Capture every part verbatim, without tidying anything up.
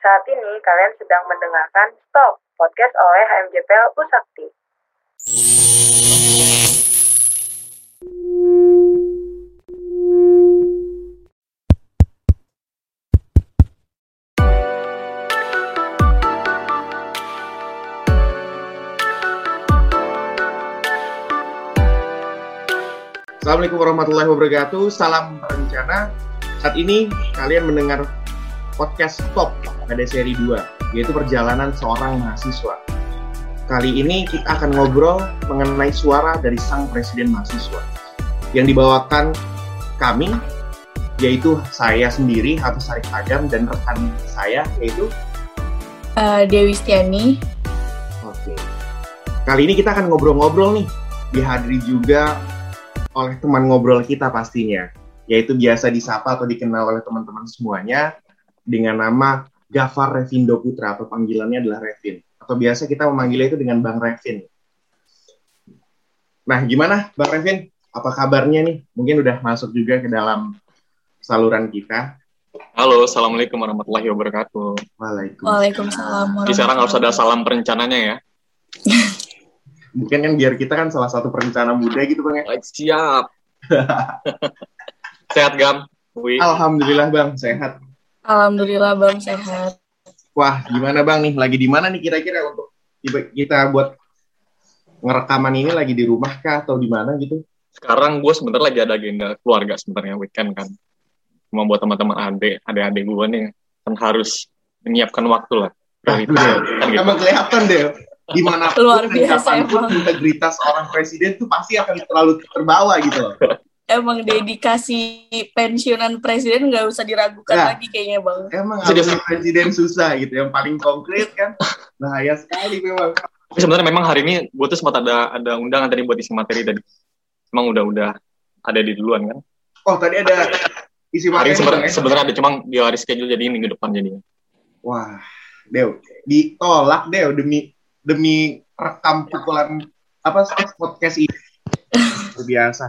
Saat ini kalian sedang mendengarkan Stop, podcast oleh H M J P L Usakti. Assalamualaikum warahmatullahi wabarakatuh. Salam berencana. Saat ini kalian mendengar podcast Stop pada seri dua, yaitu perjalanan seorang mahasiswa. Kali ini kita akan ngobrol mengenai suara dari sang presiden mahasiswa yang dibawakan kami, yaitu saya sendiri, Hafiz Sarik Adam, dan rekan saya, yaitu uh, Dewi Stiani. Oke. Kali ini kita akan ngobrol-ngobrol nih, dihadiri juga oleh teman ngobrol kita pastinya, yaitu biasa disapa atau dikenal oleh teman-teman semuanya dengan nama Gafar Revindo Putra, atau panggilannya adalah Revin, atau biasa kita memanggilnya itu dengan Bang Revin. Nah, gimana Bang Revin? Apa kabarnya nih? Mungkin udah masuk juga ke dalam saluran kita. Halo, Assalamualaikum warahmatullahi wabarakatuh. Waalaikumsalam. Waalaikumsalam. Jadi sekarang harus ada salam perencananya ya. Mungkin kan biar kita kan salah satu perencana muda gitu Bang ya. Siap. Sehat Gam? Wi. Alhamdulillah Bang, sehat. Alhamdulillah Bang, sehat. Wah, gimana Bang nih? Lagi di mana nih kira-kira untuk kita buat ngerekaman ini? Lagi di rumah kah atau di mana gitu? Sekarang gue sebentar lagi ada agenda keluarga sebenarnya, weekend kan. Cuma buat teman-teman adik, adik-adik gue nih kan harus menyiapkan waktu lah. Prioritas. Kan gitu. Emang kelihatan deh. Dimanapun luar biasa kapanpun integritas seorang presiden tuh pasti akan terlalu terbawa gitu loh. Emang dedikasi pensiunan presiden nggak usah diragukan nah, lagi kayaknya Bang. Emang harus presiden susah gitu, yang paling konkret kan bahaya sekali memang. Tapi sebenarnya memang hari ini gue tuh sempat ada ada undangan tadi buat isi materi tadi. Emang udah udah ada di duluan kan? Oh tadi ada isi materi. Hari sebenarnya sebenarnya ada, cuma di hari schedule jadi minggu depan jadinya. Wah, Dew, ditolak Dew demi demi rekam pukulan apa podcast ini. Luar biasa.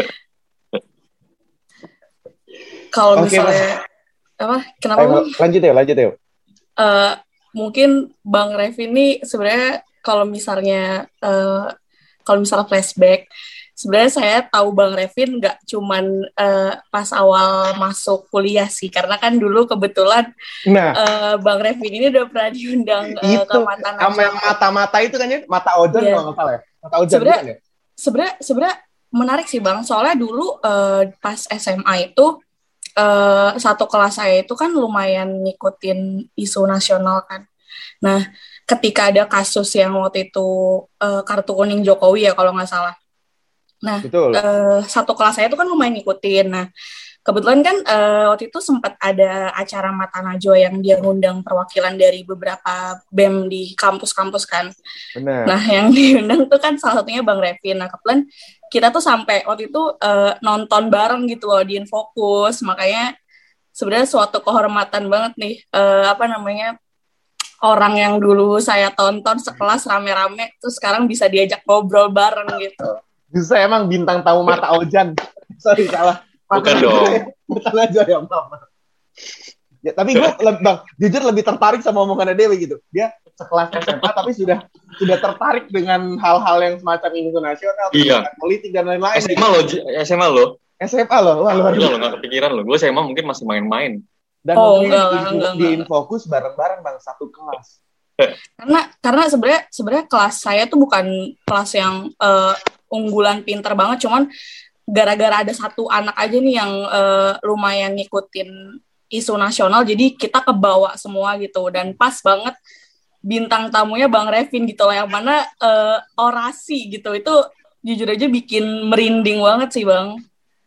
Kalau okay, misalnya mas. apa? Kenapa Ayo, Bang? Lanjut ya, lanjut ya. Uh, mungkin Bang Revi ini sebenarnya kalau misalnya uh, kalau misalnya flashback, sebenarnya saya tahu Bang Revin nggak cuman uh, pas awal masuk kuliah sih, karena kan dulu kebetulan nah, uh, Bang Revin ini udah pernah diundang uh, ke Mata Najwa. Sama yang mata-mata itu kan ya, mata Ojan yeah. Kalau nggak salah ya. Mata Ojan sebenarnya, kan ya. Sebenarnya, sebenarnya menarik sih Bang, soalnya dulu uh, pas S M A itu uh, satu kelas saya itu kan lumayan ngikutin isu nasional kan. Nah, ketika ada kasus yang waktu itu uh, kartu kuning Jokowi ya kalau nggak salah. Nah, uh, satu kelas saya itu kan lumayan ngikutin. Nah, kebetulan kan uh, waktu itu sempat ada acara Mata Najwa yang dia ngundang perwakilan dari beberapa B E M di kampus-kampus kan. Benar. Nah, yang diundang tuh kan salah satunya Bang Revin. Nah, kebetulan kita tuh sampai waktu itu uh, nonton bareng gitu loh di Infocus. Makanya sebenarnya suatu kehormatan banget nih, uh, apa namanya, orang yang dulu saya tonton sekelas rame-rame, terus sekarang bisa diajak ngobrol bareng gitu. Bisa emang bintang tamu Mata Ojan. Sorry, salah. Bukan dong. Bukan aja ya, Mama. Ya, tapi gue, Bang, jujur lebih tertarik sama omongannya Dewi gitu. Dia sekelas S M A tapi sudah sudah tertarik dengan hal-hal yang semacam isu nasional, iya. Politik dan lain-lain. S M A lo, S M A lo. S M A lo, wah luar biasa. Lo nggak kepikiran lo. Gue S M A mungkin masih main-main. Dan oh, mungkin enggak, di, enggak, di enggak. Infocus bareng-bareng Bang, satu kelas. Karena karena sebenarnya sebenarnya kelas saya tuh bukan kelas yang uh, unggulan pinter banget, cuman gara-gara ada satu anak aja nih yang uh, lumayan ngikutin isu nasional, jadi kita kebawa semua gitu, dan pas banget bintang tamunya Bang Revin gitu lah, yang mana uh, orasi gitu, itu jujur aja bikin merinding banget sih Bang.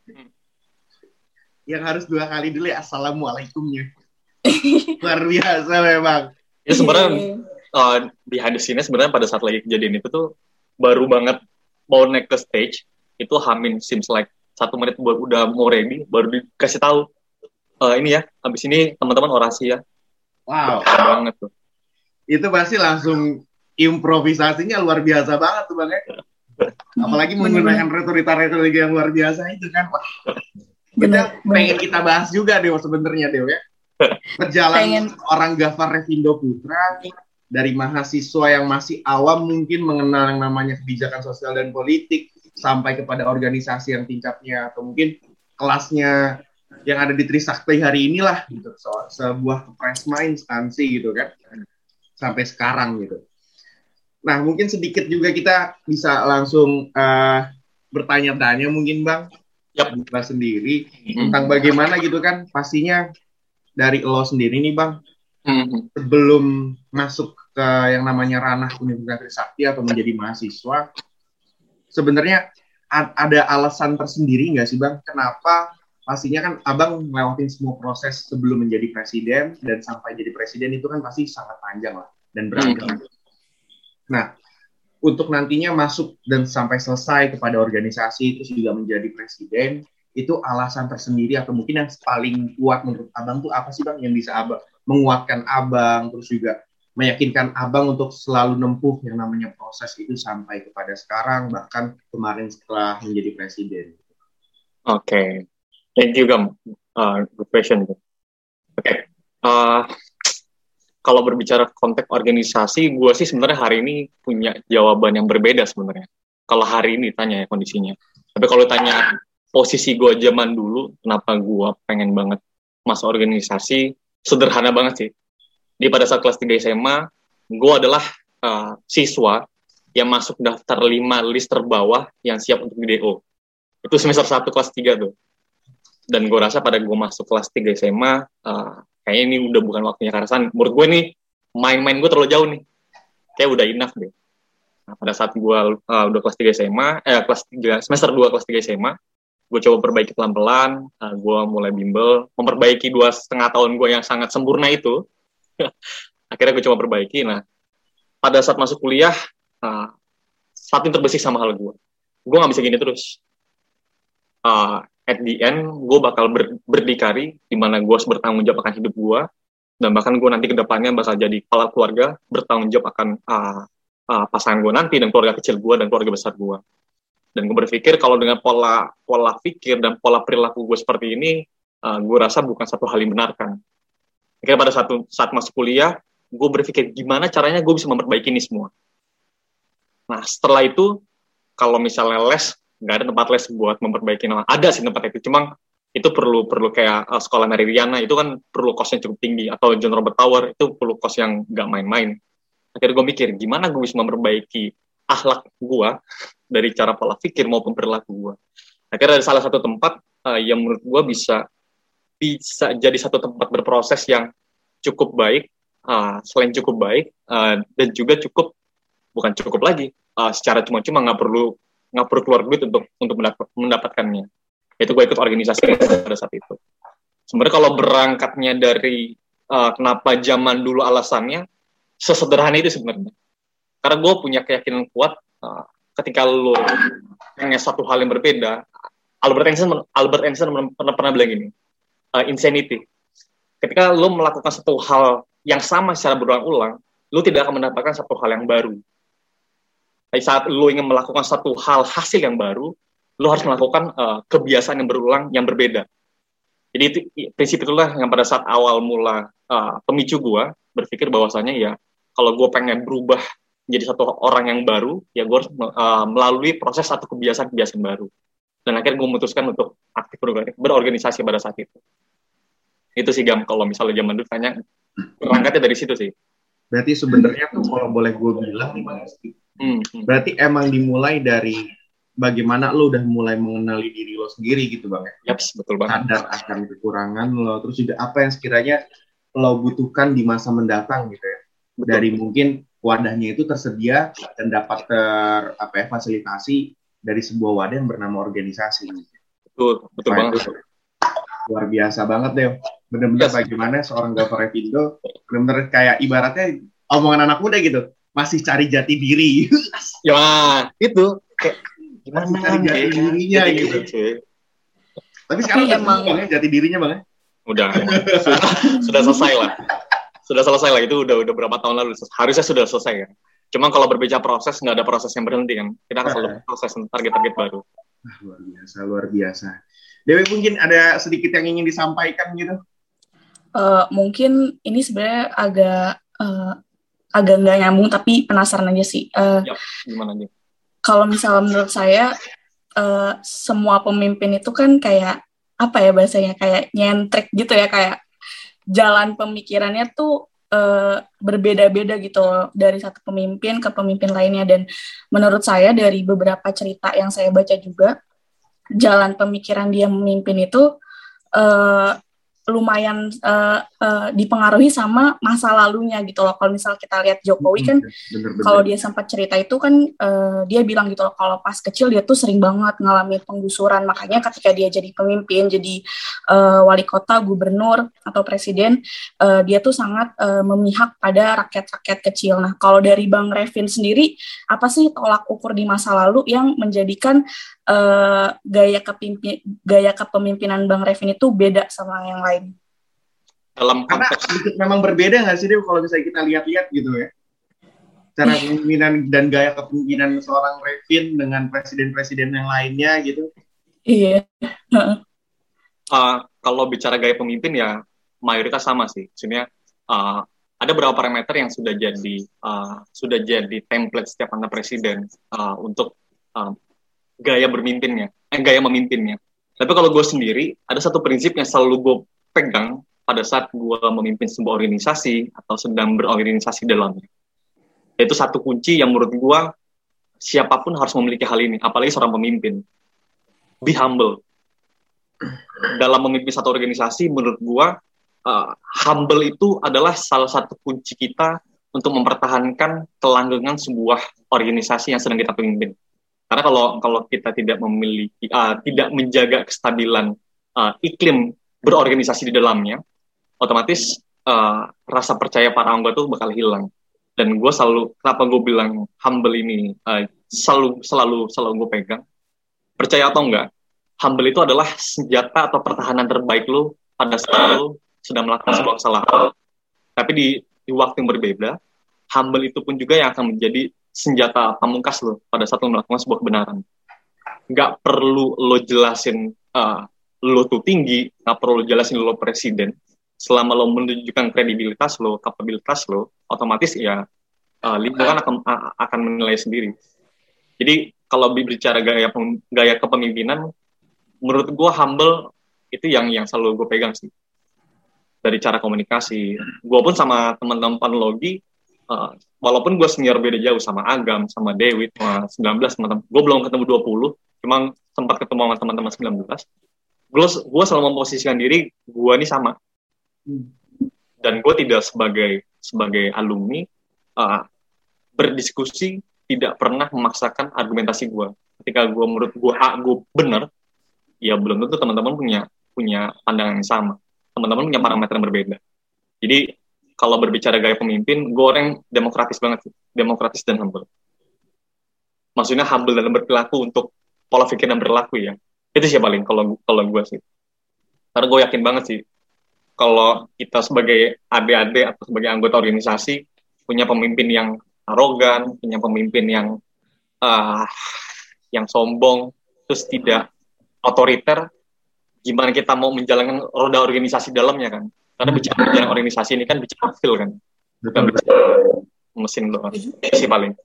Yang harus dua kali dulu ya assalamualaikumnya. Luar biasa memang. Ya sebenarnya uh, di hadis ini sebenarnya pada saat lagi kejadian itu tuh baru banget mau naik ke stage, itu Hamin seems like satu menit buat udah mau ready, baru dikasih tahu uh, ini ya, habis ini teman-teman orasi ya. Wow. Keren banget tuh. Itu pasti langsung improvisasinya luar biasa banget tuh Bang ya. Apalagi menggunakan retorika-retorika yang luar biasa itu kan. Wah. Kita pengen kita bahas juga Dew sebenarnya Dew ya. Perjalanan orang Gafar Revindo Putra dari mahasiswa yang masih awam mungkin mengenal yang namanya kebijakan sosial dan politik sampai kepada organisasi yang tingkatnya atau mungkin kelasnya yang ada di Trisakti hari inilah gitu, so, sebuah Presma instansi gitu kan sampai sekarang gitu. Nah mungkin sedikit juga kita bisa langsung uh, bertanya-tanya mungkin Bang, yep. Buka sendiri mm-hmm. tentang bagaimana gitu kan pastinya dari lo sendiri nih Bang, mm-hmm. sebelum masuk ke yang namanya ranah Universitas Trisakti atau menjadi mahasiswa, sebenarnya a- ada alasan tersendiri nggak sih Bang, kenapa pastinya kan Abang ngelewatin semua proses sebelum menjadi presiden dan sampai jadi presiden itu kan pasti sangat panjang lah dan beragam. Hmm. Nah, untuk nantinya masuk dan sampai selesai kepada organisasi terus juga menjadi presiden, itu alasan tersendiri atau mungkin yang paling kuat menurut Abang tuh apa sih Bang yang bisa Abang menguatkan Abang terus juga meyakinkan Abang untuk selalu nempuh yang namanya proses itu sampai kepada sekarang bahkan kemarin setelah menjadi presiden. Oke. Okay. Thank you, Gam. Uh, good question. Oke. Okay. Uh, kalau berbicara konteks organisasi, gue sih sebenarnya hari ini punya jawaban yang berbeda sebenarnya. Kalau hari ini tanya ya kondisinya. Tapi kalau tanya posisi gue zaman dulu, kenapa gue pengen banget masuk organisasi, sederhana banget sih. Di pada saat kelas tiga S M A, gue adalah uh, siswa yang masuk daftar lima list terbawah yang siap untuk di D O. Itu semester satu kelas tiga tuh. Dan gue rasa pada gue masuk kelas tiga S M A, uh, kayaknya ini udah bukan waktunya karasan. Menurut gue nih, main-main gue terlalu jauh nih. Kayak udah enough deh. Nah, pada saat gue uh, udah kelas tiga S M A, eh, kelas tiga, semester dua kelas tiga S M A, gue coba perbaiki pelan-pelan, uh, gue mulai bimbel, memperbaiki dua setengah tahun gue yang sangat sempurna itu. Akhirnya gue coba perbaiki. Nah, pada saat masuk kuliah, uh, satu yang terbesit sama hal gue. Gue gak bisa gini terus. Uh, at the end, gue bakal ber, berdikari di mana gue harus bertanggung jawab akan hidup gue, dan bahkan gue nanti ke depannya bakal jadi kepala keluarga, bertanggung jawab akan uh, uh, pasangan gue nanti, dan keluarga kecil gue, dan keluarga besar gue. Dan gue berpikir kalau dengan pola pola pikir dan pola perilaku gue seperti ini, uh, gue rasa bukan satu hal yang benarkan. Akhirnya pada satu saat masuk kuliah, gue berpikir gimana caranya gue bisa memperbaiki ini semua. Nah, setelah itu, kalau misalnya les, nggak ada tempat les buat memperbaiki nama. Ada sih tempat itu, cuma itu perlu perlu kayak uh, sekolah Meridiana, itu kan perlu kosnya cukup tinggi, atau John Robert Tower, itu perlu kos yang nggak main-main. Akhirnya gue mikir, gimana gue bisa memperbaiki akhlak gue, dari cara pola pikir maupun perilaku gue. Akhirnya ada salah satu tempat uh, yang menurut gue bisa bisa jadi satu tempat berproses yang cukup baik, uh, selain cukup baik, uh, dan juga cukup, bukan cukup lagi, uh, secara cuma-cuma nggak perlu nggak perlu keluar duit untuk untuk mendapat, mendapatkannya. Itu gue ikut organisasi pada saat itu. Sebenarnya kalau berangkatnya dari uh, kenapa zaman dulu alasannya, sesederhana itu sebenarnya. Karena gue punya keyakinan kuat uh, ketika lo pengen satu hal yang berbeda. Albert Einstein Albert Einstein pernah pernah bilang gini, uh, insanity. Ketika lo melakukan satu hal yang sama secara berulang-ulang, lo tidak akan mendapatkan satu hal yang baru. Tapi saat lo ingin melakukan satu hal hasil yang baru, lo harus melakukan uh, kebiasaan yang berulang yang berbeda. Jadi itu, prinsip itulah yang pada saat awal mula uh, pemicu gue berpikir bahwasanya ya kalau gue pengen berubah menjadi satu orang yang baru, ya gue harus uh, melalui proses satu kebiasaan-kebiasaan baru. Dan akhirnya gue memutuskan untuk aktif berorganisasi pada saat itu. Itu sih Gam, kalau misalnya zaman dulu tanya, berangkatnya dari situ sih. Berarti sebenarnya tuh kalau boleh gue bilang nih Bang, hmm. berarti emang dimulai dari bagaimana lo udah mulai mengenali diri lo sendiri gitu Bang ya? Yaps, betul banget. Sadar akan kekurangan lo, terus juga apa yang sekiranya lo butuhkan di masa mendatang gitu ya. Betul. Dari mungkin wadahnya itu tersedia dan dapat ter apa ya, fasilitasi dari sebuah wadah yang bernama organisasi. Betul, betul nah, banget. Luar biasa banget deh. Benar-benar yes. Bagaimana seorang Gafar Revindo benar-benar kayak ibaratnya omongan anak muda gitu, masih cari jati diri. Ya, itu kayak gimana masih cari jati kayak dirinya jati gitu. Diri, Tapi sekarang udah emang ya, jati dirinya Bang ya? Udah, sudah, sudah selesai lah. Sudah selesai lah, itu udah udah berapa tahun lalu. Harusnya sudah selesai ya. Cuma kalau berbicara proses, nggak ada proses yang berhenti kan. Kita akan selalu proses target-target baru. Ah, luar biasa, luar biasa. Dewi mungkin ada sedikit yang ingin disampaikan gitu? Uh, mungkin ini sebenarnya agak uh, agak nggak nyambung, tapi penasaran aja sih. Uh, ya, gimana nih? Kalau misalnya menurut saya, uh, semua pemimpin itu kan kayak apa ya bahasanya, kayak nyentrik gitu ya, kayak jalan pemikirannya tuh uh, berbeda-beda gitu loh, dari satu pemimpin ke pemimpin lainnya. Dan menurut saya dari beberapa cerita yang saya baca juga, jalan pemikiran dia memimpin itu uh, lumayan uh, uh, dipengaruhi sama masa lalunya gitu loh. Kalau misal kita lihat Jokowi kan, Bener-bener. kalau dia sempat cerita itu kan, uh, dia bilang gitu loh, kalau pas kecil dia tuh sering banget ngalamin penggusuran, makanya ketika dia jadi pemimpin, jadi uh, wali kota, gubernur, atau presiden, uh, dia tuh sangat uh, memihak pada rakyat-rakyat kecil. Nah, kalau dari Bang Revin sendiri, apa sih tolak ukur di masa lalu yang menjadikan uh, gaya kepimpin, gaya kepemimpinan Bang Revin itu beda sama yang lain? Dalam Karena konteks memang berbeda nggak sih, Dew, kalau misalnya kita lihat-lihat gitu ya, cara kepemimpinan dan gaya kepemimpinan seorang Revin dengan presiden-presiden yang lainnya gitu. Iya. uh, kalau bicara gaya pemimpin ya mayoritas sama sih. Maksudnya uh, ada beberapa parameter yang sudah jadi uh, sudah jadi template setiap anak presiden uh, untuk uh, gaya bermimpinnya, eh, gaya memimpinnya. Tapi kalau gue sendiri ada satu prinsip yang selalu gue pegang pada saat gue memimpin sebuah organisasi atau sedang berorganisasi dalamnya. Itu satu kunci yang menurut gue siapapun harus memiliki hal ini, apalagi seorang pemimpin. Be humble. Dalam memimpin satu organisasi, menurut gue uh, humble itu adalah salah satu kunci kita untuk mempertahankan kelanggengan sebuah organisasi yang sedang kita pimpin. Karena kalau kalau kita tidak memiliki, uh, tidak menjaga kestabilan uh, iklim berorganisasi di dalamnya, otomatis uh, rasa percaya para anggota itu bakal hilang. Dan gue selalu, kenapa gue bilang humble ini uh, selalu selalu selalu gue pegang, percaya atau enggak, humble itu adalah senjata atau pertahanan terbaik lo pada saat lo sedang melakukan sebuah kesalahan. Tapi di, di waktu yang berbeda, humble itu pun juga yang akan menjadi senjata pamungkas lo pada saat lo melakukan sebuah kebenaran. Nggak perlu lo jelasin uh, lo tuh tinggi, nggak perlu lo jelasin lo presiden. Selama lo menunjukkan kredibilitas lo, kapabilitas lo, otomatis ya uh, lingkungan akan akan menilai sendiri. Jadi kalau berbicara gaya gaya kepemimpinan, menurut gue humble itu yang yang selalu gue pegang sih. Dari cara komunikasi, gue pun sama teman-teman panologi, uh, walaupun gue senior beda jauh sama Agam, sama Dewi, sama sembilan belas teman-teman, gue belum ketemu dua puluh, cuma sempat ketemu sama teman-teman sembilan belas. Gue gue selalu memposisikan diri gue ini sama. Dan gue tidak sebagai sebagai alumni uh, berdiskusi, tidak pernah memaksakan argumentasi gue. Ketika gue menurut gue A, gue benar, ya belum tentu teman-teman punya punya pandangan yang sama. Teman-teman punya parameter yang berbeda. Jadi kalau berbicara gaya pemimpin, gue orang demokratis banget, demokratis dan humble. Maksudnya humble dalam berperilaku untuk pola pikir dan berlaku ya. Itu sih paling kalau kalau gue sih. Karena gue yakin banget sih, kalau kita sebagai adik-adik atau sebagai anggota organisasi punya pemimpin yang arogan, punya pemimpin yang uh, yang sombong, terus tidak otoriter, gimana kita mau menjalankan roda organisasi dalamnya kan? Karena bicara berjalan organisasi ini kan bicara feel kan, bukan bicara mesin doang. Itu sih paling.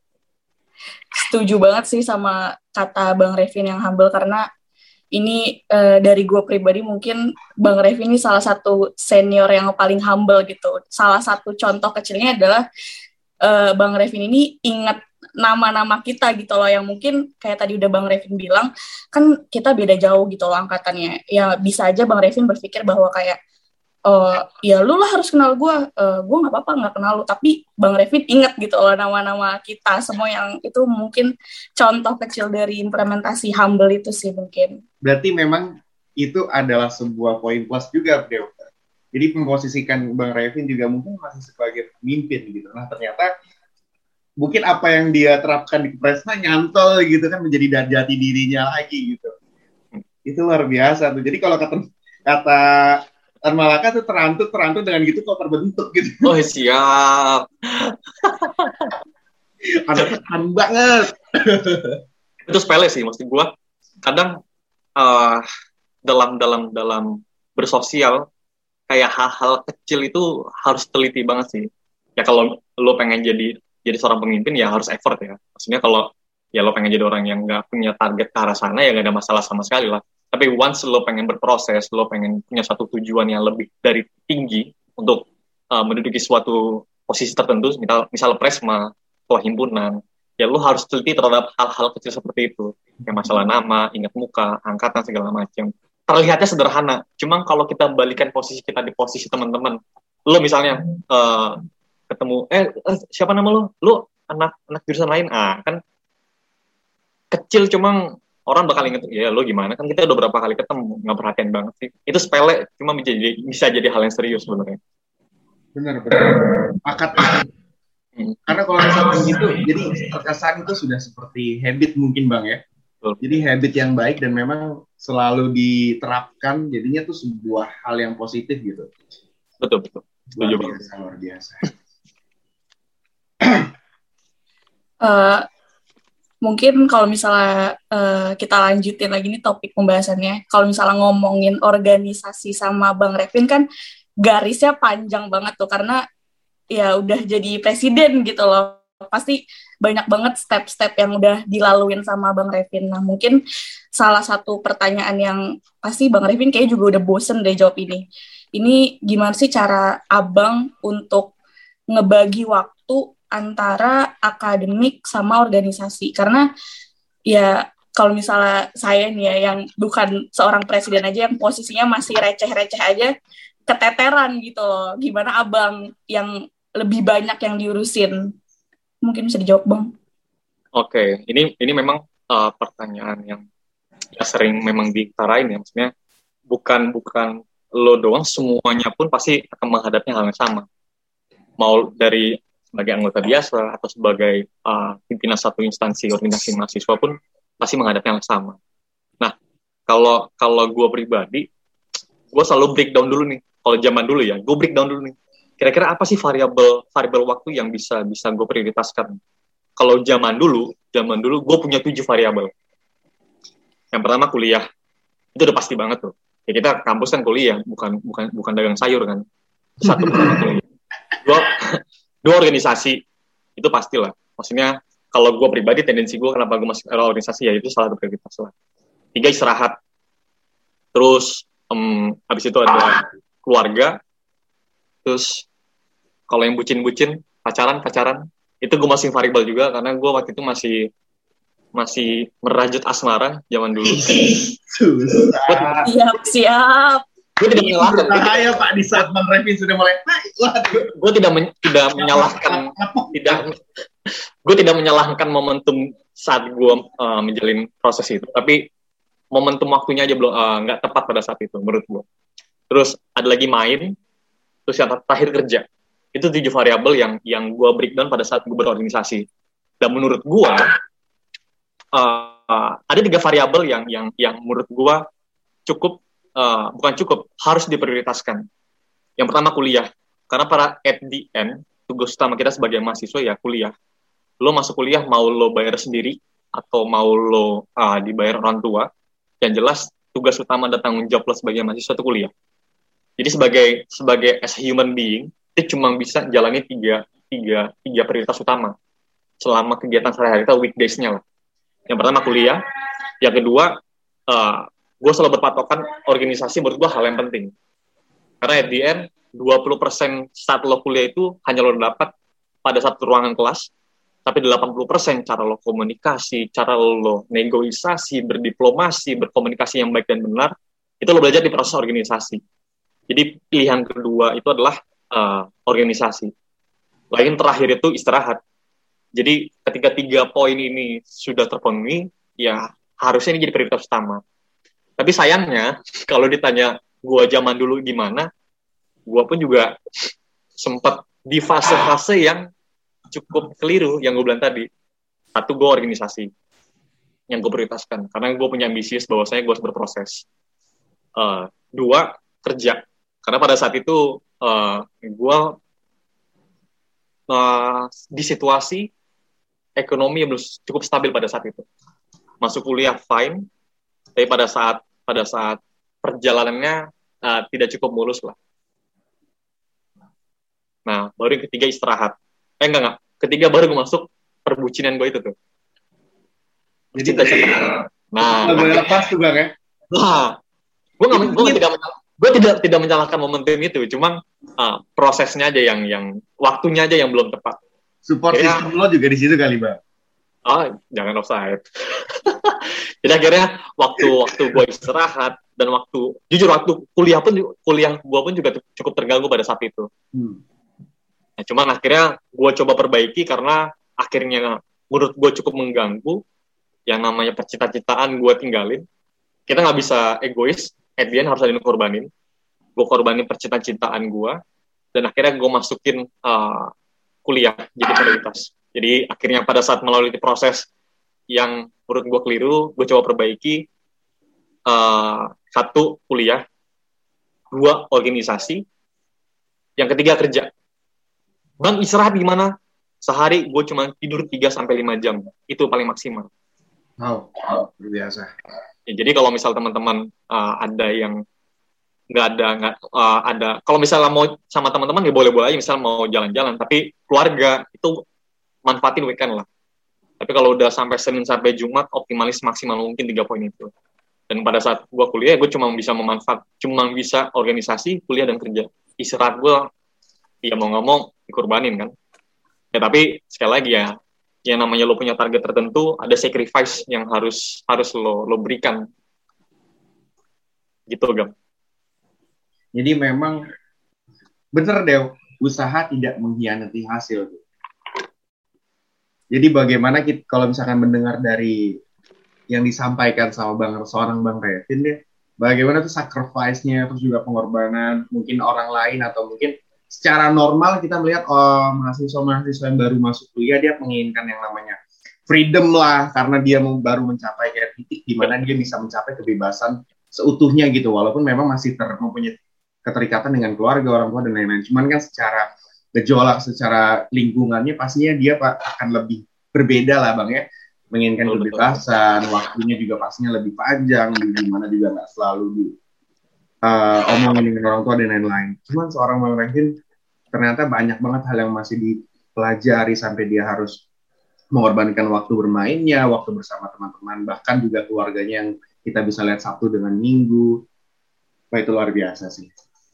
Setuju banget sih sama kata Bang Revin yang humble, karena ini uh, dari gue pribadi mungkin Bang Revin ini salah satu senior yang paling humble gitu. Salah satu contoh kecilnya adalah uh, Bang Revin ini ingat nama-nama kita gitu loh, yang mungkin kayak tadi udah Bang Revin bilang, kan kita beda jauh gitu loh angkatannya. Ya bisa aja Bang Revin berpikir bahwa kayak, Uh, ya lu lah harus kenal gue, uh, gue nggak apa-apa nggak kenal lu, tapi Bang Revin ingat gitu loh nama-nama kita semua, yang itu mungkin contoh kecil dari implementasi humble itu sih mungkin. Berarti memang itu adalah sebuah poin plus juga, Dew. Jadi memposisikan Bang Revin juga mungkin masih sebagai pemimpin gitu. Nah ternyata mungkin apa yang dia terapkan di Kepresna nyantol gitu kan, menjadi jati dirinya lagi gitu. Itu luar biasa tuh. Jadi kalau kata kata Tan Malaka tuh terantut, terantut dengan gitu kok terbentuk gitu. Oh siap. Anaknya kan banget. Itu sepele sih, maksud gue. Kadang uh, dalam dalam dalam bersosial, kayak hal-hal kecil itu harus teliti banget sih. Ya kalau lo pengen jadi jadi seorang pemimpin ya harus effort ya. Maksudnya kalau ya lo pengen jadi orang yang nggak punya target ke arah sana ya nggak ada masalah sama sekali lah. Tapi once lo pengen berproses, lo pengen punya satu tujuan yang lebih dari tinggi untuk uh, menduduki suatu posisi tertentu, misal misal presma atau himpunan, ya lo harus teliti terhadap hal-hal kecil seperti itu. Kayak masalah nama, ingat muka, angkatan segala macam. Terlihatnya sederhana, cuma kalau kita balikan posisi kita di posisi teman-teman, lo misalnya uh, ketemu, eh, eh siapa nama lo? Lo anak anak jurusan lain, ah kan kecil, cuma orang bakal inget, ya lo gimana? Kan kita udah berapa kali ketemu, nggak perhatian banget sih. Itu sepele, cuma bisa jadi, bisa jadi hal yang serius sebenarnya. Benar, benar. Pakat. Hmm. Karena kalau misalkan gitu, jadi terkesan itu sudah seperti habit mungkin Bang ya. Betul. Jadi habit yang baik dan memang selalu diterapkan, jadinya tuh sebuah hal yang positif gitu. Betul, betul. Luar biasa, luar biasa. uh, mungkin kalau misalnya uh, kita lanjutin lagi nih topik pembahasannya, kalau misalnya ngomongin organisasi sama Bang Revin kan garisnya panjang banget tuh, karena ya udah jadi presiden gitu loh. Pasti banyak banget step-step yang udah dilaluin sama Bang Revin. Nah, mungkin salah satu pertanyaan yang pasti Bang Revin kayaknya juga udah bosen deh jawab ini. Ini gimana sih cara Abang untuk ngebagi waktu antara akademik sama organisasi? Karena ya kalau misalnya saya nih ya, yang bukan seorang presiden aja, yang posisinya masih receh-receh aja, keteteran gitu loh. Gimana Abang yang lebih banyak yang diurusin? Mungkin bisa dijawab Bang. Oke, okay. ini ini memang uh, pertanyaan yang ya sering memang diutarain ya, maksudnya bukan bukan lo doang, semuanya pun pasti akan menghadapi hal yang sama. Mau dari sebagai anggota biasa atau sebagai uh, pimpinan satu instansi organisasi mahasiswa pun pasti menghadapi hal yang sama. Nah, kalau kalau gue pribadi, gue selalu breakdown dulu nih. Kalau zaman dulu ya, gue breakdown dulu nih. Kira-kira apa sih variabel variabel waktu yang bisa bisa gue prioritaskan? Kalau zaman dulu, zaman dulu gue punya tujuh variabel. Yang pertama kuliah, itu udah pasti banget tuh. Ya kita kampus kan kuliah, bukan bukan bukan dagang sayur kan. Satu pertama kuliah. Dua, dua organisasi, itu pastilah. Maksudnya kalau gue pribadi tendensi gue kenapa gue masuk organisasi ya itu salah satu prioritas lah. Tiga istirahat. Terus um, habis itu ada keluarga. Terus kalau yang bucin-bucin, pacaran-pacaran, itu gue masih variabel juga, karena gue waktu itu masih masih merajut asmara zaman dulu. Susah. Siap, siap. Gue tidak menyalahkan. Bahaya Pak, di saat Bang Revin sudah mulai naik. Gue tidak men- tidak menyalahkan, tidak, gue tidak menyalahkan momentum saat gue uh, menjalin proses itu, tapi momentum waktunya aja belum uh, nggak tepat pada saat itu menurut gue. Terus ada lagi main. Terus yang terakhir kerja. Itu tujuh variabel yang yang gue breakdown pada saat gue berorganisasi. Dan menurut gue uh, ada tiga variabel yang yang yang menurut gue cukup uh, bukan cukup harus diprioritaskan. Yang pertama kuliah, karena para at the end tugas utama kita sebagai mahasiswa ya kuliah. Lo masuk kuliah mau lo bayar sendiri atau mau lo uh, dibayar orang tua, yang jelas tugas utama dan tanggung jawab lo sebagai mahasiswa itu kuliah. Jadi sebagai sebagai as human being itu cuma bisa jalani tiga tiga tiga prioritas utama selama kegiatan sehari-hari atau weekdays-nya lah. Yang pertama kuliah, yang kedua uh, gue selalu berpatokan organisasi menurut gue hal yang penting. Karena at the end dua puluh persen saat lo kuliah itu hanya lo dapat pada satu ruangan kelas, tapi delapan puluh persen cara lo komunikasi, cara lo negosiasi, berdiplomasi, berkomunikasi yang baik dan benar, itu lo belajar di proses organisasi. Jadi pilihan kedua itu adalah uh, organisasi. Lain terakhir itu istirahat. Jadi ketika tiga poin ini sudah terpenuhi, ya harusnya ini jadi prioritas utama. Tapi sayangnya, kalau ditanya gue zaman dulu gimana, gue pun juga sempat di fase-fase yang cukup keliru, yang gue bilang tadi. Satu, gue organisasi yang gue prioritaskan, karena gue punya ambisius bahwasanya gue harus berproses. Uh, dua, kerja. Karena pada saat itu uh, gue uh, di situasi ekonomi yang belum cukup stabil pada saat itu. Masuk kuliah fine, tapi pada saat pada saat perjalanannya uh, tidak cukup mulus lah. Nah, baru yang ketiga istirahat. Eh, enggak, enggak. Ketiga baru gue masuk perbucinan gue itu tuh. Jadi Cinta-cinta. Nah, nggak boleh lepas tuh bang ya. Nah, gue nggak, gue tidak, gue tidak tidak menyalahkan momentum itu, cuma uh, prosesnya aja yang yang waktunya aja yang belum tepat. Support Akhirnya, system lo juga di situ kali bang. Oh, jangan offside. Jadi akhirnya waktu waktu gue istirahat dan waktu jujur waktu kuliah pun kuliah gue pun juga cukup terganggu pada saat itu. Hmm. Nah, cuman akhirnya gue coba perbaiki karena akhirnya menurut gue cukup mengganggu. Yang namanya percita-citaan gue tinggalin. Kita nggak bisa egois, at the end harus ada yang korbanin. Gue korbanin percita-citaan gue, dan akhirnya gue masukin uh, kuliah jadi prioritas. Jadi akhirnya pada saat melalui proses yang menurut gue keliru, gue coba perbaiki. Uh, satu, kuliah. Dua, organisasi. Yang ketiga, kerja. Bang, istirahat gimana? Sehari gue cuma tidur tiga sampai lima jam. Itu paling maksimal. Oh, oh, biasa. Ya, jadi kalau misal teman-teman uh, ada yang nggak ada nggak uh, ada, kalau misalnya mau sama teman-teman ya boleh-boleh aja, misal mau jalan-jalan, tapi keluarga itu manfaatin weekend lah. Tapi kalau udah sampai Senin sampai Jumat, optimalis maksimal mungkin tiga poin itu. Dan pada saat gue kuliah, gue cuma bisa memanfaat, cuma bisa organisasi, kuliah dan kerja. Istirahat gue, ya mau nggak mau dikorbanin kan. Ya tapi sekali lagi ya. Yang namanya lo punya target tertentu, ada sacrifice yang harus harus lo lo berikan, gitu Gam. Jadi memang bener deh, usaha tidak mengkhianati hasil. Jadi bagaimana kita kalau misalkan mendengar dari yang disampaikan sama bang seorang bang Revin deh, bagaimana tuh sacrifice-nya, terus juga pengorbanan mungkin orang lain atau mungkin secara normal kita melihat oh, mahasiswa-mahasiswa yang baru masuk kuliah dia menginginkan yang namanya freedom lah karena dia baru mencapai kayak titik di mana dia bisa mencapai kebebasan seutuhnya gitu walaupun memang masih ter, mempunyai keterikatan dengan keluarga, orang tua dan lain-lain. Cuman kan secara gejolak, secara lingkungannya pastinya dia Pak akan lebih berbeda lah Bang ya. Menginginkan betul, kebebasan, betul. Waktunya juga pastinya lebih panjang, di mana juga nggak selalu di Uh, omongin dengan orang tua dan lain-lain. Cuman seorang Bang Revin ternyata banyak banget hal yang masih dipelajari sampai dia harus mengorbankan waktu bermainnya, waktu bersama teman-teman, bahkan juga keluarganya yang kita bisa lihat Sabtu dengan Minggu. Wah, itu luar biasa sih.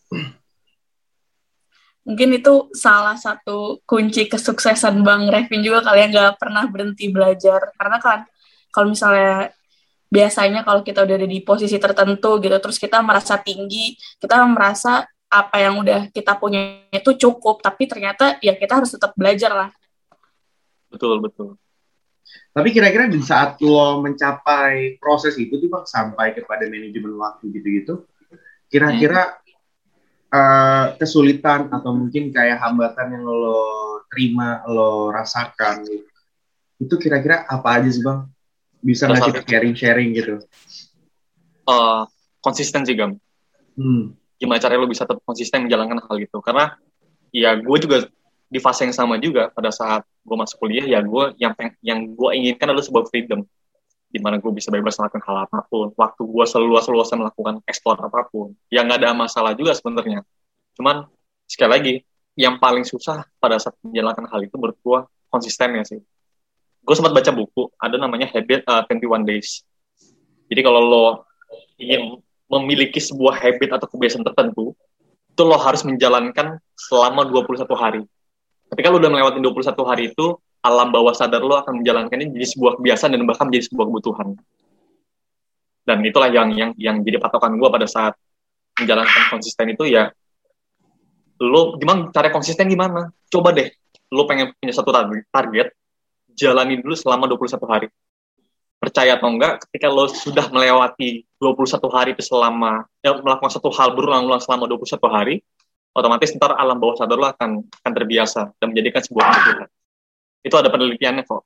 Mungkin itu salah satu kunci kesuksesan Bang Revin juga kalian nggak pernah berhenti belajar. Karena kan kalau misalnya biasanya kalau kita udah ada di posisi tertentu gitu, terus kita merasa tinggi, kita merasa apa yang udah kita punya itu cukup, tapi ternyata ya kita harus tetap belajar lah. Betul, betul. Tapi kira-kira di saat lo mencapai proses itu tuh Bang, sampai kepada manajemen waktu gitu-gitu, kira-kira hmm. uh, kesulitan atau mungkin kayak hambatan yang lo terima, lo rasakan, itu kira-kira apa aja sih Bang? Bisa nggak kita sharing-sharing gitu? Uh, konsisten sih, Gam. Hmm. Gimana caranya lo bisa tetap konsisten menjalankan hal gitu? Karena ya gue juga di fase yang sama juga pada saat gue masuk kuliah, ya gue yang yang gue inginkan adalah sebuah freedom, di mana gue bisa bebas melakukan hal apapun, waktu gue seluas-luasnya melakukan explore apapun. Ya nggak ada masalah juga sebenarnya. Cuman sekali lagi, yang paling susah pada saat menjalankan hal itu menurut gue konsistennya sih. Gue sempat baca buku, ada namanya Habit uh, twenty one days. Jadi kalau lo ingin memiliki sebuah habit atau kebiasaan tertentu, itu lo harus menjalankan selama dua puluh satu hari. Ketika lo udah melewati dua puluh satu hari itu, alam bawah sadar lo akan menjalankannya jadi sebuah kebiasaan dan bahkan menjadi sebuah kebutuhan. Dan itulah yang yang yang jadi patokan gue pada saat menjalankan konsisten itu ya. Lo gimana cara konsisten gimana? Coba deh, lo pengen punya satu target, jalani dulu selama dua puluh satu hari. Percaya atau enggak, ketika lo sudah melewati dua puluh satu hari itu selama, ya, melakukan satu hal berulang-ulang selama dua puluh satu hari, otomatis ntar alam bawah sadar lo akan, akan terbiasa dan menjadikan sebuah kebutuhan. Itu ada penelitiannya kok.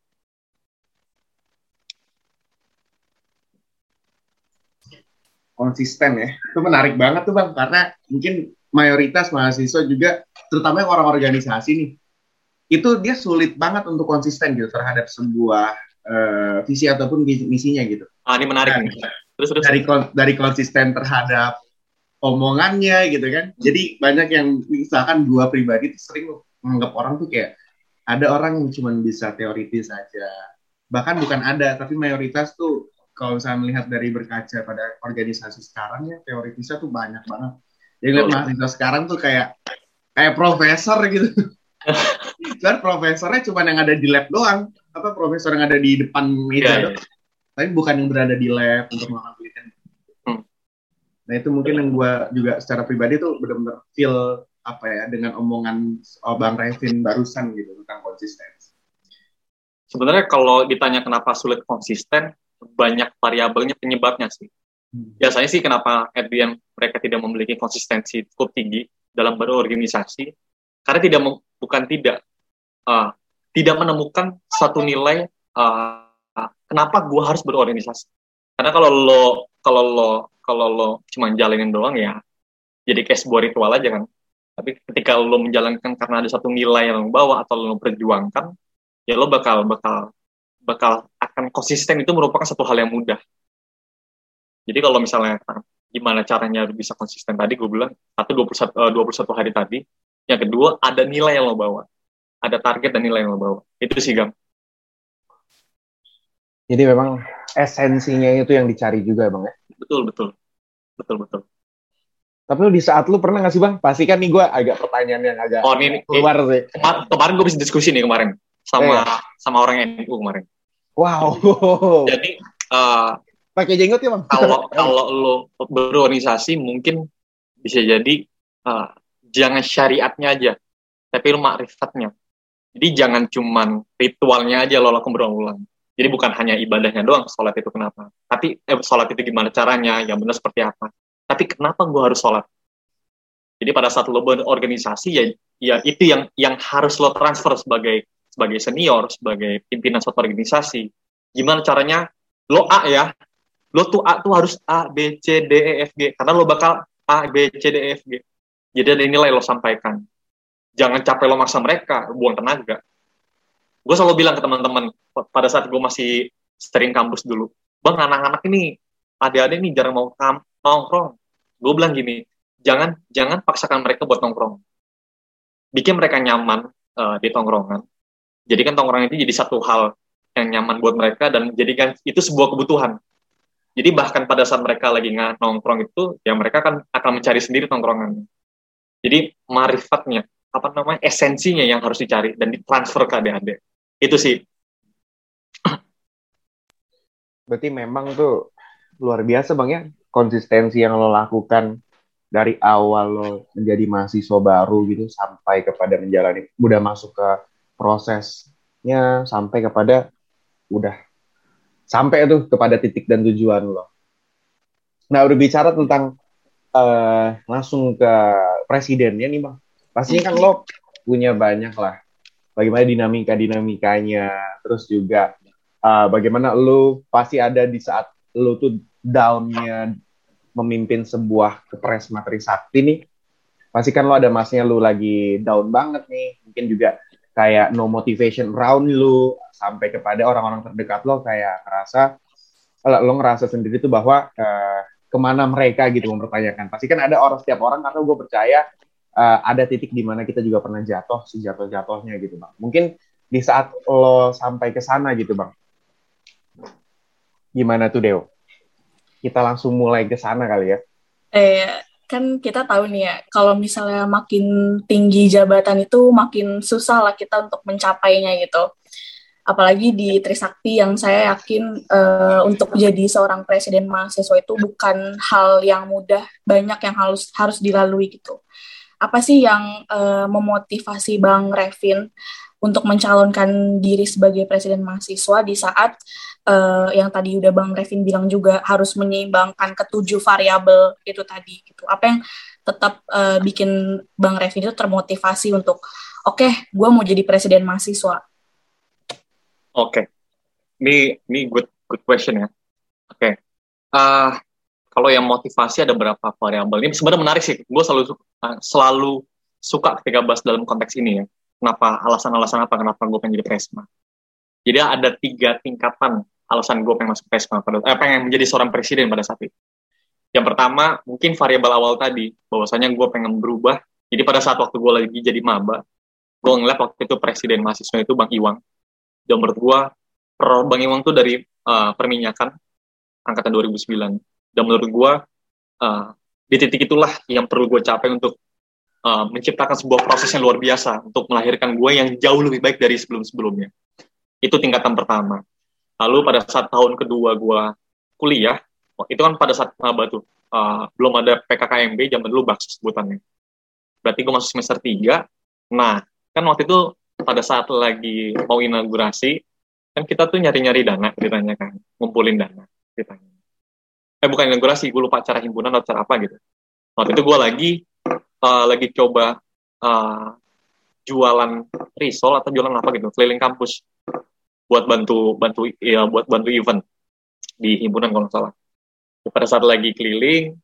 Konsisten ya, itu menarik banget tuh Bang, karena mungkin mayoritas mahasiswa juga, terutama yang orang organisasi nih, itu dia sulit banget untuk konsisten gitu terhadap sebuah uh, visi ataupun misinya gitu. Ah, ini menarik. Nah, nih. Terus, terus. Dari dari konsisten terhadap omongannya gitu kan. Jadi banyak yang misalkan gua pribadi tuh sering menganggap orang tuh kayak ada orang yang cuma bisa teoritis saja. Bahkan bukan ada, tapi mayoritas tuh kalau saya melihat dari berkaca pada organisasi sekarang ya, teoritisnya tuh banyak banget. Jadi lihat mahasiswa sekarang tuh kayak kayak profesor gitu. Soalnya profesornya cuma yang ada di lab doang, apa profesor yang ada di depan meja yeah, doang. Yeah. Tapi bukan yang berada di lab untuk melakukan penelitian. Hmm. Nah itu mungkin yang gue juga secara pribadi tuh benar-benar feel apa ya dengan omongan oh, Bang Revin barusan gitu tentang konsistensi. Sebenarnya kalau ditanya kenapa sulit konsisten, banyak variabelnya penyebabnya sih. Hmm. Biasanya sih kenapa at the end mereka tidak memiliki konsistensi cukup tinggi dalam berorganisasi, karena tidak bukan tidak uh, tidak menemukan satu nilai uh, kenapa gue harus berorganisasi. Karena kalau lo kalau lo kalau lo cuma jalanin doang ya, jadi kayak sebuah ritual aja kan. Tapi ketika lo menjalankan karena ada satu nilai yang lo bawa atau lo perjuangkan, ya lo bakal bakal bakal akan konsisten. Itu merupakan satu hal yang mudah. Jadi kalau misalnya gimana caranya bisa konsisten tadi, gue bilang satu dua puluh satu hari tadi. Yang kedua ada nilai yang lo bawa, ada target dan nilai yang lo bawa. Itu sih Gam. Jadi memang esensinya itu yang dicari juga Bang ya? Betul, betul. Betul, betul. Tapi lu di saat lu pernah nggak sih Bang? Pasti kan nih gue agak pertanyaan yang agak oh, ini, keluar ini, sih. Kemar- kemarin gue bisa diskusi nih kemarin. Sama eh. sama orang N U kemarin. Wow. Jadi, uh, pakai jenggot ya Bang? Kalau kalau lo berorganisasi mungkin bisa jadi uh, jangan syariatnya aja, tapi lo makrifatnya. Jadi jangan cuman ritualnya aja lo lakukan berulang-ulang. Jadi bukan hanya ibadahnya doang, sholat itu kenapa. Tapi eh, sholat itu gimana caranya, yang benar seperti apa. Tapi kenapa gue harus sholat? Jadi pada saat lo berorganisasi, ya, ya itu yang yang harus lo transfer sebagai sebagai senior, sebagai pimpinan suatu organisasi. Gimana caranya? Lo A ya, lo tuh A tuh harus A, B, C, D, E, F, G. Karena lo bakal A, B, C, D, E, F, G. Jadi ada nilai lo sampaikan. Jangan capek lo maksa mereka, buang tenaga. Gue selalu bilang ke teman-teman pada saat gue masih sering kampus dulu, Bang, anak-anak ini, adik-adik ini jarang mau kam- nongkrong. Gue bilang gini, jangan jangan paksakan mereka buat nongkrong. Bikin mereka nyaman uh, di tongkrongan. Jadikan tongkrongan itu jadi satu hal yang nyaman buat mereka dan jadikan itu sebuah kebutuhan. Jadi bahkan pada saat mereka lagi nggak nongkrong itu, ya mereka kan akan mencari sendiri tongkrongannya. Jadi marifatnya, apa namanya, esensinya yang harus dicari dan ditransfer ke adik-adik. Itu sih. Berarti memang tuh luar biasa Bang ya, konsistensi yang lo lakukan dari awal lo menjadi mahasiswa baru gitu sampai kepada menjalani, udah masuk ke prosesnya sampai kepada udah sampai tuh kepada titik dan tujuan lo. Nah, udah bicara tentang uh, langsung ke presidennya nih Bang. Pastinya kan lo punya banyak lah bagaimana dinamika-dinamikanya, terus juga uh, bagaimana lo pasti ada di saat lo tuh down-nya memimpin sebuah Kepres Materi Sakti nih. Pasti kan lo ada masnya lo lagi down banget nih, mungkin juga kayak no motivation around lo, sampai kepada orang-orang terdekat lo kayak ngerasa, lo ngerasa sendiri tuh bahwa uh, kemana mereka gitu mempertanyakan. Pasti kan ada orang, setiap orang, karena gue percaya Uh, ada titik di mana kita juga pernah jatuh sejatuh-jatuhnya gitu Bang. Mungkin di saat lo sampai ke sana gitu Bang. Gimana tuh Deo? Kita langsung mulai ke sana kali ya. Eh kan kita tahu nih ya, kalau misalnya makin tinggi jabatan itu makin susah lah kita untuk mencapainya gitu. Apalagi di Trisakti yang saya yakin uh, untuk jadi seorang presiden mahasiswa itu bukan hal yang mudah, banyak yang harus harus dilalui gitu. Apa sih yang uh, memotivasi Bang Revin untuk mencalonkan diri sebagai presiden mahasiswa di saat uh, yang tadi udah Bang Revin bilang juga harus menyeimbangkan ketujuh variabel itu tadi gitu. Apa yang tetap uh, bikin Bang Revin itu termotivasi untuk oke, okay, gue mau jadi presiden mahasiswa. Oke, okay. ini ini good good question ya. Oke, okay. uh, kalau yang motivasi ada berapa variabel. Ini sebenarnya menarik sih. Gue selalu uh, selalu suka ketika bahas dalam konteks ini ya. Kenapa, alasan-alasan apa kenapa gue pengen jadi presma. Jadi ada tiga tingkatan alasan gue pengen masuk presma, pada, eh, pengen menjadi seorang presiden pada saat itu. Yang pertama, mungkin variabel awal tadi, bahwasanya gue pengen berubah. Jadi pada saat waktu gue lagi jadi maba, gue ngeliat waktu itu presiden mahasiswa itu Bang Iwang. Dan menurut gue, Bang Iwang tuh dari uh, perminyakan, angkatan dua ribu sembilan. Dan menurut gue, uh, di titik itulah yang perlu gue capai untuk uh, menciptakan sebuah proses yang luar biasa untuk melahirkan gue yang jauh lebih baik dari sebelum-sebelumnya. Itu tingkatan pertama. Lalu pada saat tahun kedua gue kuliah, itu kan pada saat maba tuh, uh, belum ada P K K M B, zaman dulu bakso sebutannya. Berarti gue masuk semester tiga. Nah, kan waktu itu pada saat lagi mau inaugurasi, kan kita tuh nyari-nyari dana, ceritanya kan, ngumpulin dana, ceritanya. Eh, bukan inaugurasi, gue lupa acara himpunan atau acara apa gitu. Waktu itu gue lagi, uh, lagi coba uh, jualan risol atau jualan apa gitu, keliling kampus, buat bantu, bantu, ya, buat bantu event di himpunan kalau nggak salah. Pada saat lagi keliling,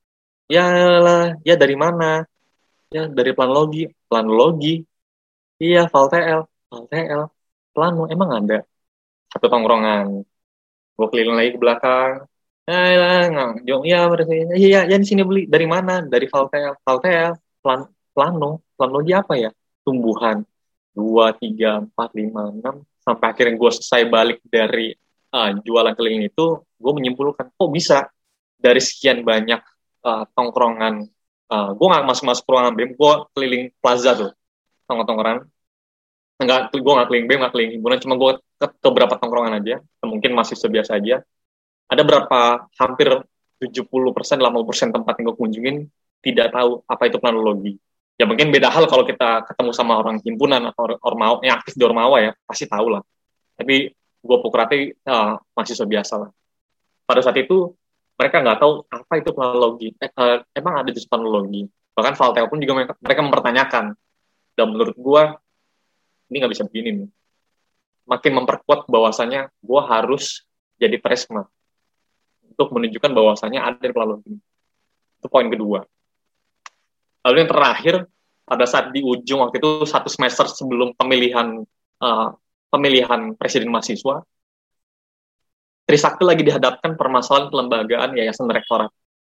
ya lah, ya dari mana? Ya dari planologi, planologi. Iya, Valtel, Valtel, Plano, emang ada satu tongkrongan. Gue keliling lagi ke belakang. Ya, nggak, ya, ya, ya di sini beli. Dari mana? Dari Valtel, Valtel, Plan, Plano, planologi apa ya? Tumbuhan dua, tiga, empat, lima, enam. Sampai akhirnya gue selesai balik dari uh, jualan keliling itu, gue menyimpulkan, kok bisa dari sekian banyak uh, tongkrongan, uh, gue nggak masuk-masuk ruangan B E M, gue keliling plaza tuh, tongkrong-tongkrongan, nggak, gue nggak keliling B E M, nggak keliling himpunan, cuma gue ke, ke beberapa tongkrongan aja, mungkin masih biasa aja, ada berapa, hampir tujuh puluh persen, delapan puluh persen tempat yang gue kunjungin, tidak tahu apa itu planologi. Ya mungkin beda hal kalau kita ketemu sama orang himpunan atau ormawa, yang aktif di ormawa ya, pasti tahu lah. Tapi gue pukrati uh, mahasiswa biasa lah. Pada saat itu mereka nggak tahu apa itu planologi. Eh, uh, emang ada jenis planologi. Bahkan Valtel pun juga mereka, mereka mempertanyakan. Dan menurut gue ini nggak bisa begini nih. Makin memperkuat bahwasannya gue harus jadi presma untuk menunjukkan bahwasannya ada planologi. Itu poin kedua. Lalu yang terakhir, pada saat di ujung waktu itu satu semester sebelum pemilihan uh, pemilihan presiden mahasiswa, Trisakti lagi dihadapkan permasalahan kelembagaan Yayasan Rektorat,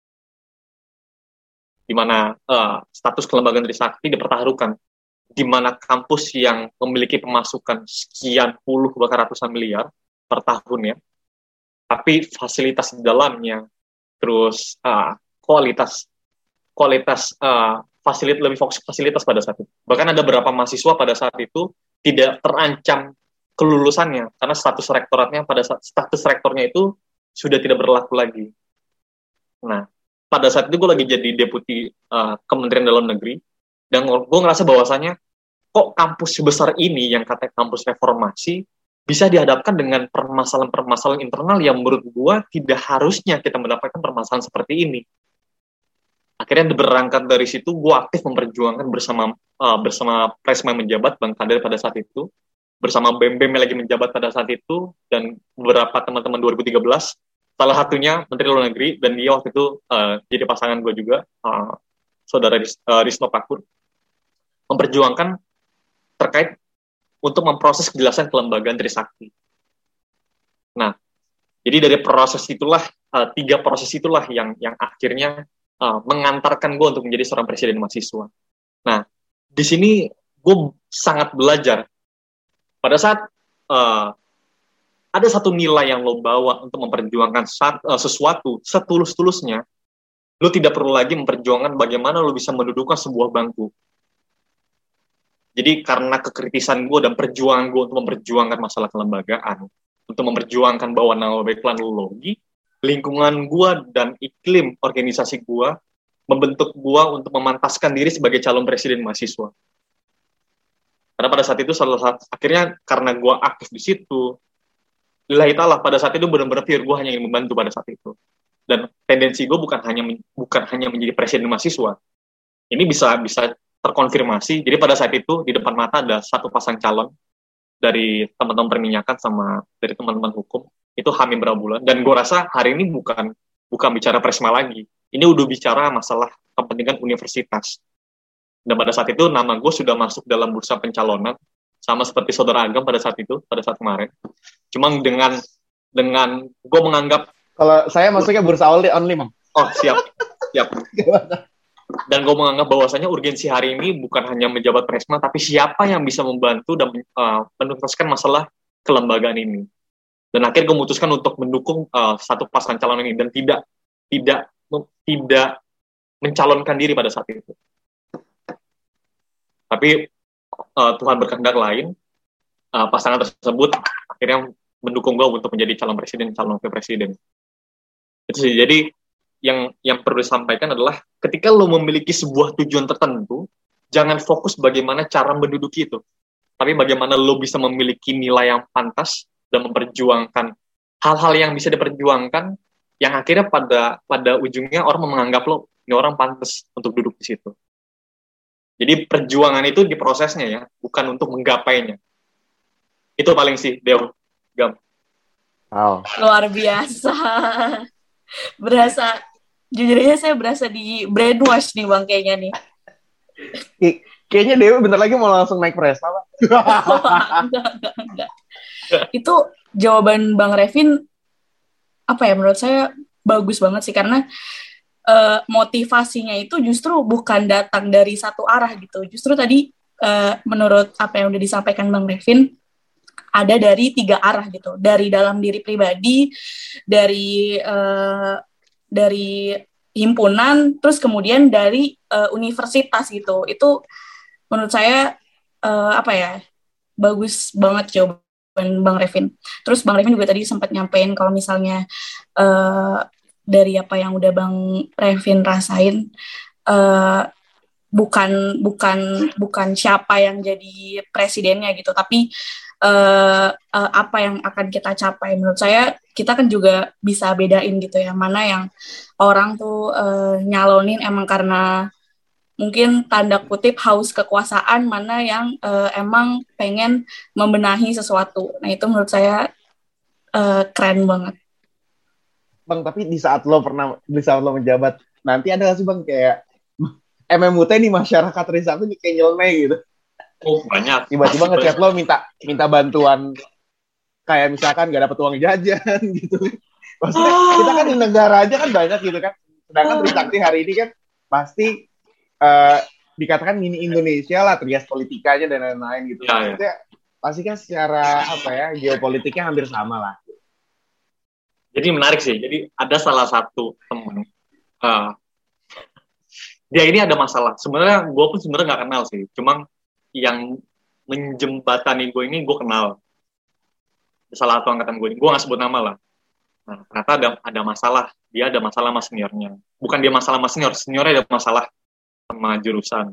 di mana uh, status kelembagaan Trisakti dipertaruhkan, di mana kampus yang memiliki pemasukan sekian puluh bahkan ratusan miliar per tahun ya, tapi fasilitas di dalamnya, terus uh, kualitas kualitas uh, fasilitas lebih fokus fasilitas pada saat itu. Bahkan ada beberapa mahasiswa pada saat itu tidak terancam kelulusannya karena status rektoratnya pada saat status rektornya itu sudah tidak berlaku lagi. Nah, pada saat itu gue lagi jadi deputi uh, Kementerian Dalam Negeri dan gue ngerasa bahwasannya kok kampus sebesar ini yang katanya kampus reformasi bisa dihadapkan dengan permasalahan-permasalahan internal yang menurut gue tidak harusnya kita mendapatkan permasalahan seperti ini. Akhirnya berangkat dari situ, gue aktif memperjuangkan bersama uh, bersama Presma menjabat Bang Kadir pada saat itu, bersama B E M B E M yang lagi menjabat pada saat itu, dan beberapa teman-teman dua ribu tiga belas, salah satunya Menteri Luar Negeri, dan dia waktu itu uh, jadi pasangan gue juga, uh, Saudara Ris, uh, Risno Pakur, memperjuangkan terkait untuk memproses kejelasan kelembagaan Trisakti. Nah, jadi dari proses itulah, uh, tiga proses itulah yang yang akhirnya Uh, mengantarkan gue untuk menjadi seorang presiden mahasiswa. Nah, di sini gue sangat belajar. Pada saat uh, ada satu nilai yang lo bawa untuk memperjuangkan saat, uh, sesuatu setulus-tulusnya, lo tidak perlu lagi memperjuangkan bagaimana lo bisa mendudukan sebuah bangku. Jadi karena kekritisan gue dan perjuangan gue untuk memperjuangkan masalah kelembagaan, untuk memperjuangkan bahwa nama baik planologi, lingkungan gue dan iklim organisasi gue membentuk gue untuk memantaskan diri sebagai calon presiden mahasiswa. Karena pada saat itu salah satu, akhirnya karena gue aktif di situ, lillahi ta'ala pada saat itu benar-benar pure gue hanya ingin membantu pada saat itu. Dan tendensi gue bukan hanya bukan hanya menjadi presiden mahasiswa. Ini bisa bisa terkonfirmasi. Jadi pada saat itu di depan mata ada satu pasang calon dari teman-teman perminyakan sama dari teman-teman hukum. Itu hamil berapa bulan, dan gue rasa hari ini bukan bukan bicara Presma lagi, ini udah bicara masalah kepentingan universitas. Dan pada saat itu nama gue sudah masuk dalam bursa pencalonan, sama seperti Saudara Agam pada saat itu, pada saat kemarin. Cuma dengan dengan gue menganggap kalau saya masuknya bursa only only, Mam. Oh siap, siap. Dan gue menganggap bahwasanya urgensi hari ini bukan hanya menjabat Presma, tapi siapa yang bisa membantu dan uh, menuntaskan masalah kelembagaan ini. Dan akhirnya gue memutuskan untuk mendukung uh, satu pasangan calon ini dan tidak tidak tidak mencalonkan diri pada saat itu. Tapi uh, Tuhan berkehendak lain, uh, pasangan tersebut akhirnya mendukung gue untuk menjadi calon presiden, calon wakil presiden. Itu sih. Jadi yang yang perlu disampaikan adalah ketika lo memiliki sebuah tujuan tertentu, jangan fokus bagaimana cara menduduki itu, tapi bagaimana lo bisa memiliki nilai yang pantas dan memperjuangkan hal-hal yang bisa diperjuangkan, yang akhirnya pada pada ujungnya orang menganggap lo ini orang pantas untuk duduk di situ. Jadi perjuangan itu di prosesnya ya, bukan untuk menggapainya. Itu paling sih, Dew. Gam. Oh. Luar biasa. Berasa, jujur aja saya berasa di brainwash nih Bang kayaknya nih. Kay- kayaknya Dewi bentar lagi mau langsung naik Presma, Pak. Oh, enggak, enggak, enggak. Itu jawaban Bang Revin, apa ya, menurut saya bagus banget sih, karena uh, motivasinya itu justru bukan datang dari satu arah gitu. Justru tadi uh, menurut apa yang udah disampaikan Bang Revin, ada dari tiga arah gitu, dari dalam diri pribadi, dari uh, dari himpunan, terus kemudian dari uh, universitas gitu. Itu menurut saya uh, apa ya, bagus banget jawaban Bang Revin. Terus Bang Revin juga tadi sempat nyampein kalau misalnya uh, dari apa yang udah Bang Revin rasain, uh, bukan bukan bukan siapa yang jadi presidennya gitu, tapi Uh, uh, apa yang akan kita capai. Menurut saya kita kan juga bisa bedain gitu ya, mana yang orang tuh uh, nyalonin emang karena mungkin tanda kutip haus kekuasaan, mana yang uh, emang pengen membenahi sesuatu. Nah itu menurut saya uh, keren banget. Bang, tapi di saat lo pernah di saat lo menjabat nanti ada gak sih Bang kayak M M U T nih masyarakat Trisakti nih kayak nyeleneh gitu? Oh banyak. Tiba-tiba ngechat lo minta minta bantuan kayak misalkan gak dapet uang jajan gitu. Maksudnya kita kan di negara aja kan banyak gitu kan. Sedangkan Trisakti hari ini kan pasti uh, dikatakan mini Indonesia lah, trias politikanya dan lain-lain gitu. Ya, maksudnya ya. Pasti kan secara apa ya geopolitiknya hampir sama lah. Jadi menarik sih. Jadi ada salah satu teman. Uh, dia ini ada masalah. Sebenarnya gue pun sebenarnya nggak kenal sih. Cuma yang menjembatani gue ini gue kenal. Salah satu angkatan gue ini, gue nggak sebut nama lah. Nah, ternyata ada ada masalah. Dia ada masalah sama seniornya. Bukan dia masalah sama senior, seniornya ada masalah sama jurusan.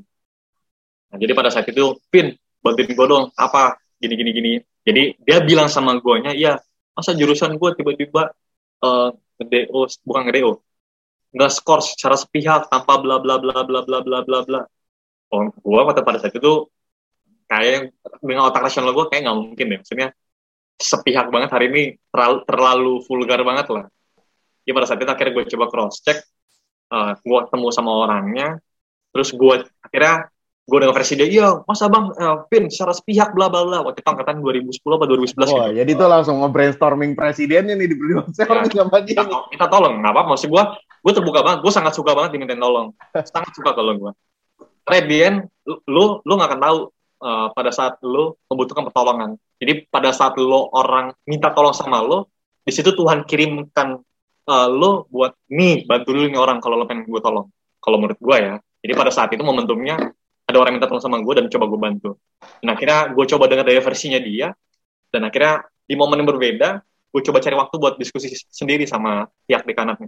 Nah, jadi pada saat itu, Pin, bantuin gue dong, apa, gini gini gini. Jadi dia bilang sama gue-nya, iya, masa jurusan gue tiba-tiba uh, nge-D O, bukan nge-D O, nggak skor secara sepihak tanpa bla bla bla bla bla bla bla bla. Oh, gue pada saat itu kayak dengan otak rasional gue kayak nggak mungkin deh, maksudnya sepihak banget hari ini, terlalu, terlalu vulgar banget lah. Ya pada saat itu akhirnya gue coba cross check, uh, gue ketemu sama orangnya, terus gue akhirnya gue dengan versi dia, iya masa bang, uh, Pin secara sepihak bla bla bla, waktu itu angkatan dua ribu sepuluh atau dua ribu sebelas. Oh, gitu. Jadi tuh langsung nge-brainstorming presidennya nih di Brilliant Seven ya, sama dia. Minta, minta tolong, nggak apa-apa, maksud gue, gue terbuka banget, gue sangat suka banget dimintain tolong, sangat suka kalau gue. Redian, lu lu nggak akan tahu uh, pada saat lu membutuhkan pertolongan. Jadi pada saat lu orang minta tolong sama lu, di situ Tuhan kirimkan uh, lu buat nih bantu dulu nih orang kalau lu pengen gue tolong. Kalau menurut gue ya. Jadi pada saat itu momentumnya ada orang minta tolong sama gue dan coba gue bantu. Dan akhirnya gue coba dengar dari versinya dia, dan akhirnya di momen yang berbeda gue coba cari waktu buat diskusi sendiri sama pihak dekanatnya.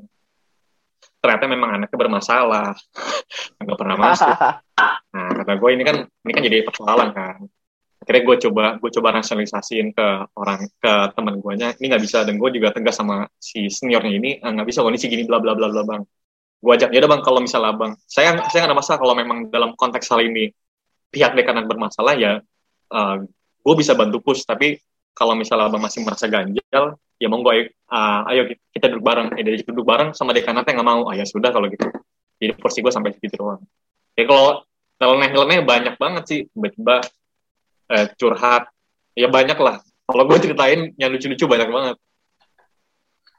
Ternyata memang anaknya bermasalah, nggak pernah masuk. Nah, kata gue ini kan ini kan jadi persoalan kan. Akhirnya gue coba gue coba rasionalisasiin ke orang ke teman gue nya, ini nggak bisa, dan gue juga tegas sama si seniornya ini, nggak bisa kondisi gini bla bla bla bla bang. Gue ajak, ya udah bang, kalau misalnya bang, saya saya nggak ada masalah kalau memang dalam konteks hal ini pihak dekanan bermasalah ya, uh, gue bisa bantu push, tapi kalau misalnya abang masih merasa ganjal, ya monggo ayo, uh, ayo kita duduk bareng, eh dari duduk bareng sama dekanatnya nggak mau, ah ya sudah kalau gitu. Jadi porsi gue sampai segitu doang. Ya kalau kalau nyeleneh banyak banget sih, tiba-tiba eh, curhat, ya banyak lah. Kalau gue ceritain yang lucu-lucu banyak banget.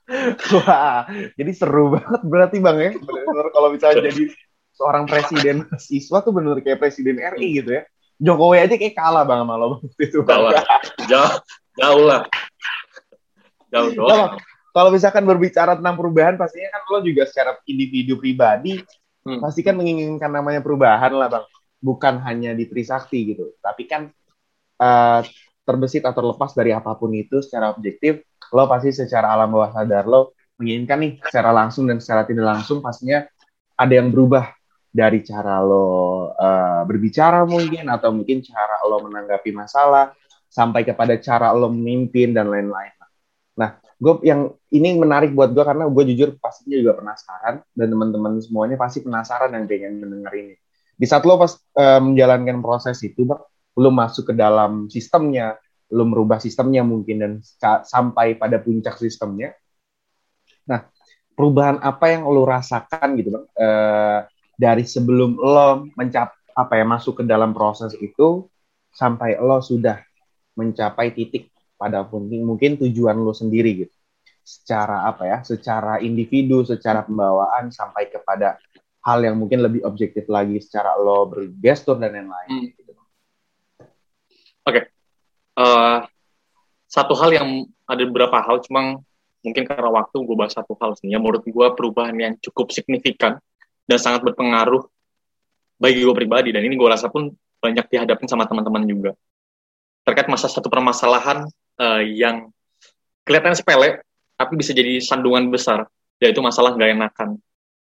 Wah, jadi seru banget berarti Bang ya. Benar-benar kalau misalnya jadi seorang presiden siswa tuh benar kayak presiden R I gitu ya. Jokowi aja kayak kalah Bang sama lo itu. Jauh lah, jauh, jauh lah. Jauh doang. Kalau misalkan berbicara tentang perubahan, pastinya kan lo juga secara individu pribadi hmm. pasti kan menginginkan namanya perubahan lah Bang. Bukan hanya di Trisakti gitu, tapi kan uh, terbesit atau terlepas dari apapun itu secara objektif, lo pasti secara alam bawah sadar lo menginginkan nih secara langsung dan secara tidak langsung pastinya ada yang berubah dari cara lo uh, berbicara mungkin, atau mungkin cara lo menanggapi masalah, sampai kepada cara lo memimpin dan lain-lain. Nah, gue yang ini menarik buat gue karena gue jujur pastinya juga penasaran, dan teman-teman semuanya pasti penasaran yang pengen mendengar ini. Di saat lo pas uh, menjalankan proses itu, Bang, lo masuk ke dalam sistemnya, lo merubah sistemnya mungkin, dan ca- sampai pada puncak sistemnya. Nah, perubahan apa yang lo rasakan gitu, Bang, uh, dari sebelum lo mencap apa ya masuk ke dalam proses itu sampai lo sudah mencapai titik pada mungkin mungkin tujuan lo sendiri gitu, secara apa ya, secara individu, secara pembawaan sampai kepada hal yang mungkin lebih objektif lagi secara lo bergestur dan lain-lain. Hmm. Gitu. Oke, okay. uh, satu hal yang ada beberapa hal, cuma mungkin karena waktu gue bahas satu hal sih. Ya menurut gue perubahan yang cukup signifikan dan sangat berpengaruh bagi gue pribadi, dan ini gue rasa pun banyak dihadapin sama teman-teman juga. Terkait masa satu permasalahan uh, yang kelihatan sepele, tapi bisa jadi sandungan besar, yaitu masalah nggak enakan.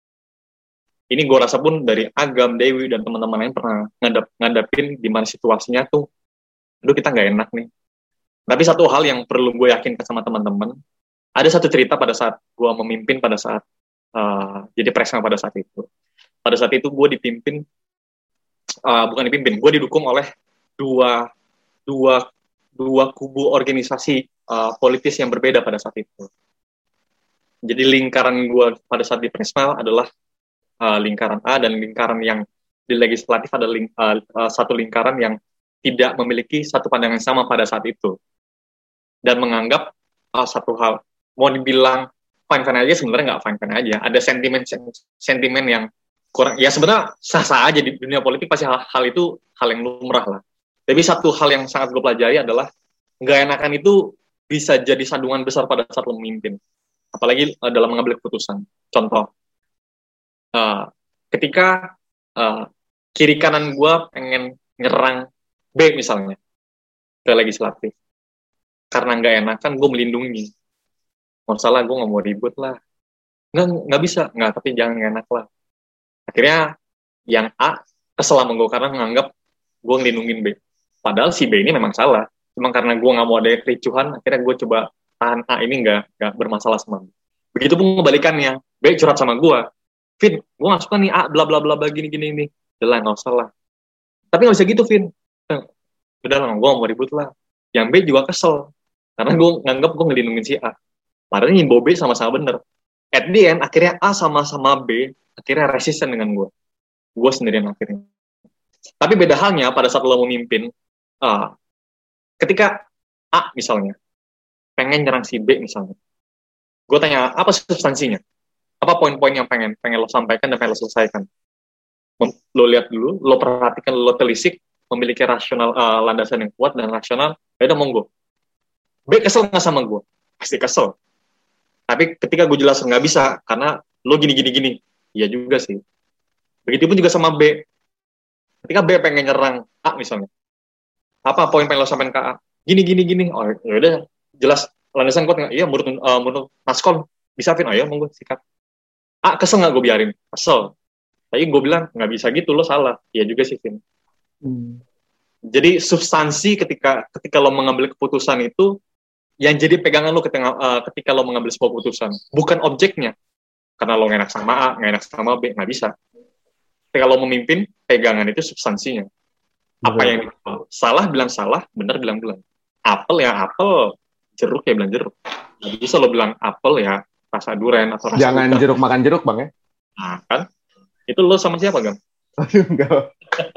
Ini gue rasa pun dari Agam, Dewi, dan teman-teman lain pernah ngadap, ngadapin di mana situasinya tuh, aduh kita nggak enak nih. Tapi satu hal yang perlu gue yakinkan sama teman-teman, ada satu cerita pada saat gue memimpin pada saat, uh, jadi presma pada saat itu. Pada saat itu gue dipimpin, uh, bukan dipimpin, gue didukung oleh dua, dua, dua kubu organisasi uh, politis yang berbeda pada saat itu. Jadi lingkaran gue pada saat di presma adalah Uh, lingkaran A, dan lingkaran yang di legislatif ada ling, uh, uh, satu lingkaran yang tidak memiliki satu pandangan sama pada saat itu, dan menganggap uh, satu hal, mau dibilang fine-fine aja, sebenarnya nggak fine-fine aja, ada sentimen sentimen yang kurang, ya sebenarnya sah-sah aja di dunia politik, pasti hal, hal itu hal yang lumrah lah. Tapi satu hal yang sangat gue pelajari adalah nggak enakan itu bisa jadi sandungan besar pada saat lo memimpin, apalagi uh, dalam mengambil keputusan. Contoh, Uh, ketika uh, kiri kanan gue pengen nyerang B misalnya ke legislatif, karena nggak enakan gue melindungi, masalah gue nggak mau ribut lah, nggak nggak bisa nggak, tapi jangan nggak enak lah. Akhirnya yang A kesel sama gue karena menganggap gue ngelindungin B, padahal si B ini memang salah, cuma karena gue nggak mau ada kericuhan, akhirnya gue coba tahan A ini nggak nggak bermasalah sama B. Begitupun kebalikannya, B curhat sama gue, Vin, gue gak suka nih A, bla bla bla bla gini gini nih. Udah lah, gak usah lah. Tapi gak bisa gitu, Vin. Udah lah, gue gak mau ribut lah. Yang B juga kesel, karena gue nganggap gue ngelindungin si A. Padahal nyimbo B sama-sama bener. At the end, akhirnya A sama-sama B, akhirnya resisten dengan gue. Gue sendirian akhirnya. Tapi beda halnya pada saat lo memimpin, uh, ketika A misalnya, pengen nyerang si B misalnya. Gue tanya, apa substansinya? Apa poin-poin yang pengen pengen lo sampaikan dan pengen lo selesaikan? Mem- lo lihat dulu, lo perhatikan, lo telisik, memiliki rasional uh, landasan yang kuat dan rasional, ya udah monggo. B kesel nggak sama gue? Pasti kesel. Tapi ketika gue jelasin nggak bisa, karena lo gini-gini-gini, iya juga sih. Begitupun juga sama B. Ketika B pengen nyerang A misalnya, apa poin pengen lo sampaikan ke A? Gini-gini-gini, oh ya udah jelas landasan kuat nggak? Iya, menurut uh, menurut Naskon bisa, Vin, oh ya monggo sikat. A kesel nggak gue biarin? Kesel. Tapi gue bilang nggak bisa gitu, lo salah. Iya juga sih, Vin. Hmm. Jadi substansi ketika ketika lo mengambil keputusan itu yang jadi pegangan lo ketika, uh, ketika lo mengambil sebuah keputusan, bukan objeknya. Karena lo nggak enak sama A, nggak enak sama B, nggak bisa. Ketika lo memimpin, pegangan itu substansinya. Apa hmm. yang salah bilang salah, benar bilang bilang. Apel ya apel, jeruk ya bilang jeruk. Nggak bisa lo bilang apel ya rasa durian atau rasa jangan udah. Jeruk makan jeruk, Bang ya. Nah, kan? Itu lo sama siapa, Gang? Aduh, enggak.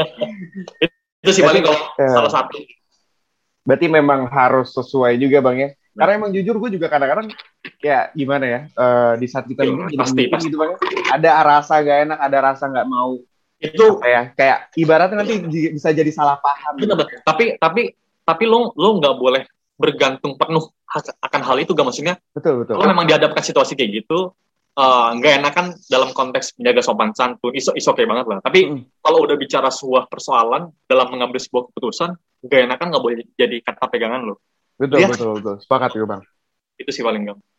Itu sih paling kalau ya. Salah satu. Berarti memang harus sesuai juga, Bang ya. Karena emang jujur gue juga kadang-kadang ya gimana ya, uh, di saat kita Yo, pasti, meeting pasti. gitu bang, ada rasa gak enak, ada rasa nggak mau. Itu apa ya, kayak ibaratnya nanti bisa jadi salah paham. Benar, gitu. tapi tapi tapi lo lo nggak boleh bergantung penuh akan hal itu, gak maksudnya. Betul betul. Kalau memang dihadapkan situasi kayak gitu, nggak uh, enakan dalam konteks menjaga sopan santun, iso iso kayak banget lah. Tapi mm. kalau udah bicara sebuah persoalan dalam mengambil sebuah keputusan, nggak enakan nggak boleh jadi kata pegangan lo. Betul ya? betul betul. Sepakat juga bang. Itu sih paling gampang.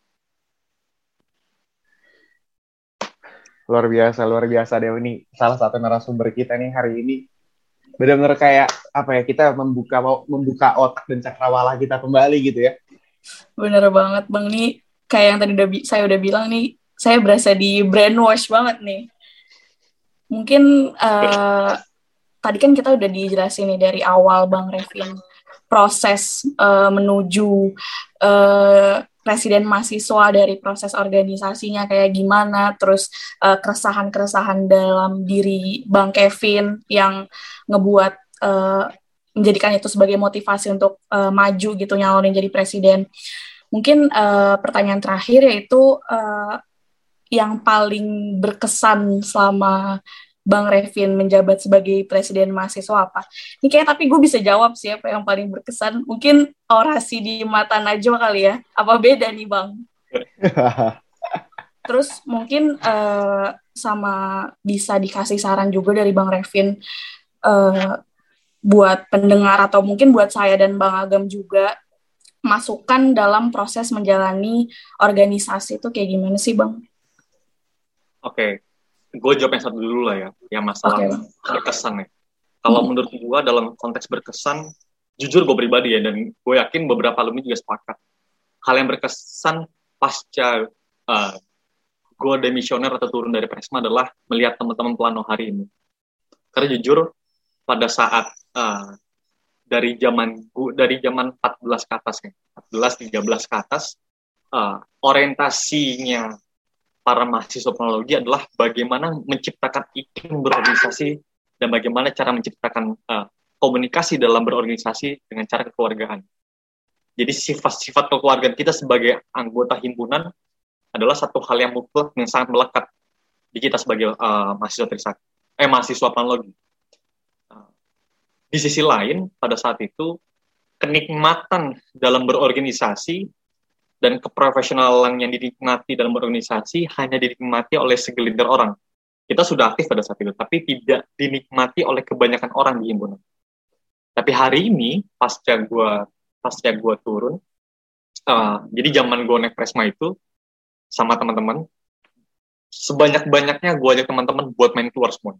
Luar biasa, luar biasa deh, ini salah satu narasumber kita nih hari ini. Benar-benar kayak apa ya, kita membuka membuka otak dan cakrawala kita kembali gitu ya. Bener banget bang, nih kayak yang tadi udah saya udah bilang nih, saya berasa di brainwash banget nih. Mungkin uh, tadi kan kita udah dijelasin nih dari awal bang Revin, proses uh, menuju uh, presiden mahasiswa, dari proses organisasinya kayak gimana, terus uh, keresahan-keresahan dalam diri Bang Kevin yang ngebuat uh, menjadikan itu sebagai motivasi untuk uh, maju gitu, nyalonin jadi presiden. Mungkin uh, pertanyaan terakhir yaitu uh, yang paling berkesan selama Bang Revin menjabat sebagai presiden mahasiswa apa? Ini kayak tapi gue bisa jawab sih apa yang paling berkesan. Mungkin orasi di mata Najwa kali ya. Apa beda nih Bang? Terus mungkin uh, sama bisa dikasih saran juga dari Bang Revin uh, buat pendengar atau mungkin buat saya dan Bang Agam juga, masukan dalam proses menjalani organisasi itu kayak gimana sih Bang? Oke. Okay. Gue jawab yang satu dulu lah ya, yang masalah okay. berkesan ya. Kalau hmm. menurut gue dalam konteks berkesan, jujur gue pribadi ya, dan gue yakin beberapa alumni juga sepakat. Hal yang berkesan pasca uh, gue demisioner atau turun dari Presma adalah melihat teman-teman Plano hari ini. Karena jujur pada saat uh, dari zaman dari zaman empat belas ke atas ya, empat belas tiga belas ke atas, uh, orientasinya para mahasiswa planologi adalah bagaimana menciptakan iklim berorganisasi dan bagaimana cara menciptakan uh, komunikasi dalam berorganisasi dengan cara kekeluargaan. Jadi sifat-sifat kekeluargaan kita sebagai anggota himpunan adalah satu hal yang mutlak yang sangat melekat di kita sebagai uh, mahasiswa Trisakti, eh mahasiswa planologi. Uh, di sisi lain, pada saat itu kenikmatan dalam berorganisasi dan keprofesionalan yang dinikmati dalam organisasi hanya dinikmati oleh segelintir orang. Kita sudah aktif pada saat itu, tapi tidak dinikmati oleh kebanyakan orang di himpunan. Tapi hari ini, pasca gue pasca gue turun, uh, jadi zaman gue naik Presma itu, sama teman-teman, sebanyak-banyaknya gue ajak teman-teman buat main keluar semua.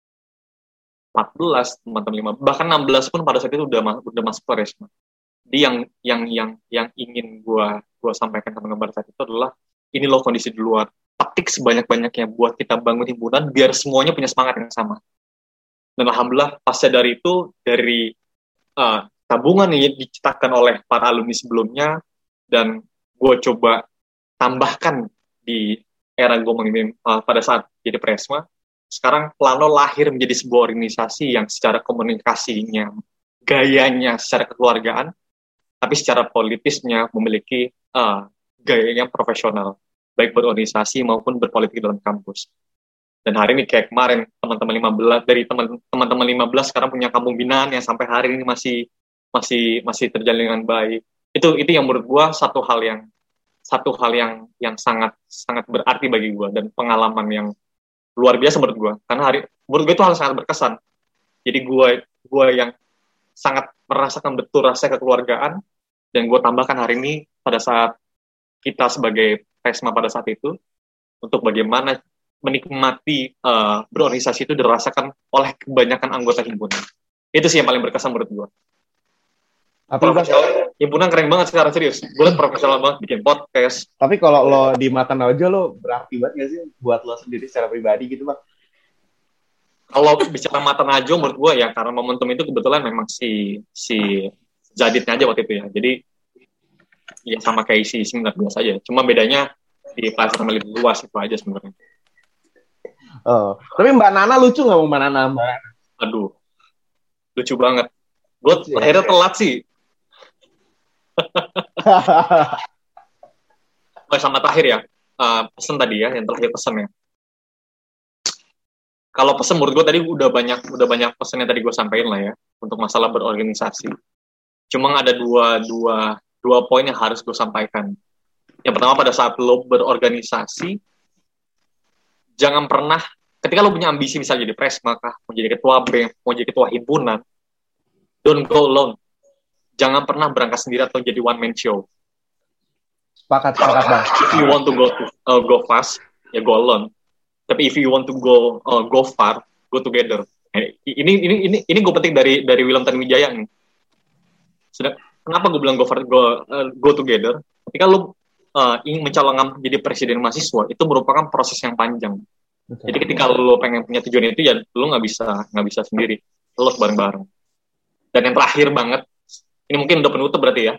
empat belas, teman-teman lima belas, bahkan enam belas pun pada saat itu udah, udah masuk ke Presma. Jadi yang yang yang yang ingin gue gue sampaikan teman-teman saat itu adalah ini loh kondisi di luar, petik sebanyak-banyaknya buat kita bangun himpunan biar semuanya punya semangat yang sama. Dan alhamdulillah pasca dari itu, dari uh, tabungan yang diciptakan oleh para alumni sebelumnya dan gue coba tambahkan di era gue memimpin uh, pada saat jadi Presma, sekarang Plano lahir menjadi sebuah organisasi yang secara komunikasinya, gayanya secara kekeluargaan, tapi secara politisnya memiliki uh, gaya yang profesional, baik berorganisasi maupun berpolitik dalam kampus. Dan hari ini kayak kemarin teman-teman lima belas dari teman teman-teman lima belas sekarang punya kampung binaan yang sampai hari ini masih masih masih terjalin dengan baik. Itu itu yang menurut gua satu hal yang satu hal yang yang sangat sangat berarti bagi gua dan pengalaman yang luar biasa menurut gua. Karena hari menurut gua itu hal sangat berkesan. Jadi gua gua yang sangat merasakan betul rasa kekeluargaan. Dan gue tambahkan hari ini pada saat kita sebagai Presma pada saat itu, untuk bagaimana menikmati uh, berorganisasi itu dirasakan oleh kebanyakan anggota himpunan. Itu sih yang paling berkesan menurut gue. Himpunan keren banget secara serius. Gue liat profesional banget bikin podcast. Tapi kalau lo di mata Najwa lo berarti banget gak sih buat lo sendiri secara pribadi gitu bang? Kalau bicara mata Najwa menurut gue ya karena momentum itu kebetulan memang si si Jadidnya aja waktu itu ya. Jadi ya sama kayak isi seminar biasa aja. Cuma bedanya di platform lebih luas itu aja sebenarnya. Oh, tapi Mbak Nana lucu nggak Mbak Nana? Mbak Nana? Aduh, lucu banget. Gue akhirnya telat sih. oh, sama terakhir ya, uh, pesan tadi ya, yang terakhir pesan ya. Kalau pesan menurut gue tadi udah banyak, udah banyak pesan yang tadi gue sampaikan lah ya, untuk masalah berorganisasi. Cuma ada dua, dua, dua poin yang harus gue sampaikan. Yang pertama, pada saat lo berorganisasi, jangan pernah, ketika lo punya ambisi misalnya jadi presma kah, mau jadi ketua B, mau jadi ketua himpunan, don't go alone. Jangan pernah berangkat sendiri atau jadi one man show. Sepakat, sepakat bang. If you want to go to, uh, go fast, ya go alone. Tapi if you want to go uh, go far, go together. Ini ini ini ini gue petik dari dari Willem Tanuwijaya nih. Sudah, kenapa gue bilang go far, go uh, go together? Ketika lo uh, ingin mencalonkan jadi presiden mahasiswa, itu merupakan proses yang panjang. Betul. Jadi ketika lo pengen punya tujuan itu, ya lo nggak bisa nggak bisa sendiri, lo harus bareng-bareng. Dan yang terakhir banget, ini mungkin udah penutup berarti ya?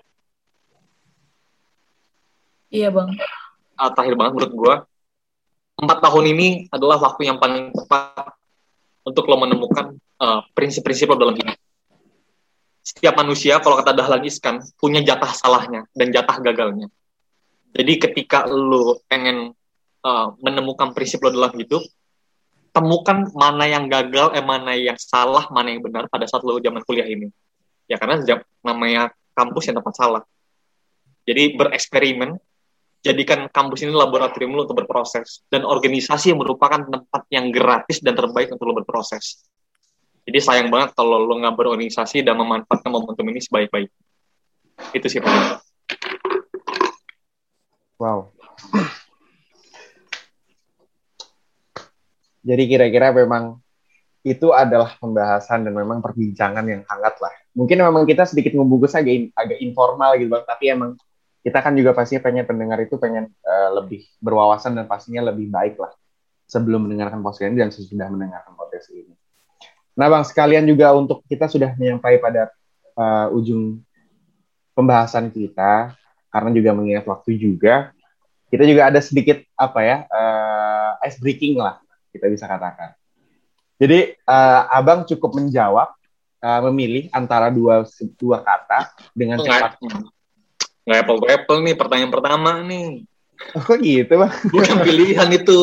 Iya bang. Uh, terakhir banget menurut gue. Empat tahun ini adalah waktu yang paling tepat untuk lo menemukan uh, prinsip-prinsip lo dalam hidup. Setiap manusia, kalau kata Dahlan Iskan, punya jatah salahnya dan jatah gagalnya. Jadi ketika lo pengen uh, menemukan prinsip lo dalam hidup, temukan mana yang gagal, eh mana yang salah, mana yang benar pada saat lo zaman kuliah ini. Ya karena namanya kampus yang tempat salah. Jadi bereksperimen, jadikan kampus ini laboratorium lo untuk berproses. Dan organisasi yang merupakan tempat yang gratis dan terbaik untuk lo berproses. Jadi sayang banget kalau lo nggak berorganisasi dan memanfaatkan momentum ini sebaik-baik. Itu sih Pak. Wow. Jadi kira-kira memang itu adalah pembahasan dan memang perbincangan yang hangat lah. Mungkin memang kita sedikit membungkus agak, agak informal gitu Bang, tapi emang kita kan juga pastinya pengen pendengar itu pengen uh, lebih berwawasan dan pastinya lebih baik lah sebelum mendengarkan podcast ini dan sesudah mendengarkan podcast ini. Nah Bang, sekalian juga untuk kita sudah menyampai pada uh, ujung pembahasan kita, karena juga mengingat waktu juga, kita juga ada sedikit apa ya, uh, ice breaking lah, kita bisa katakan. Jadi uh, Abang cukup menjawab, uh, memilih antara dua, dua kata dengan cepat. Nggak apple to apple nih, pertanyaan pertama nih. Oh, kok gitu Bang? Bukan pilihan itu.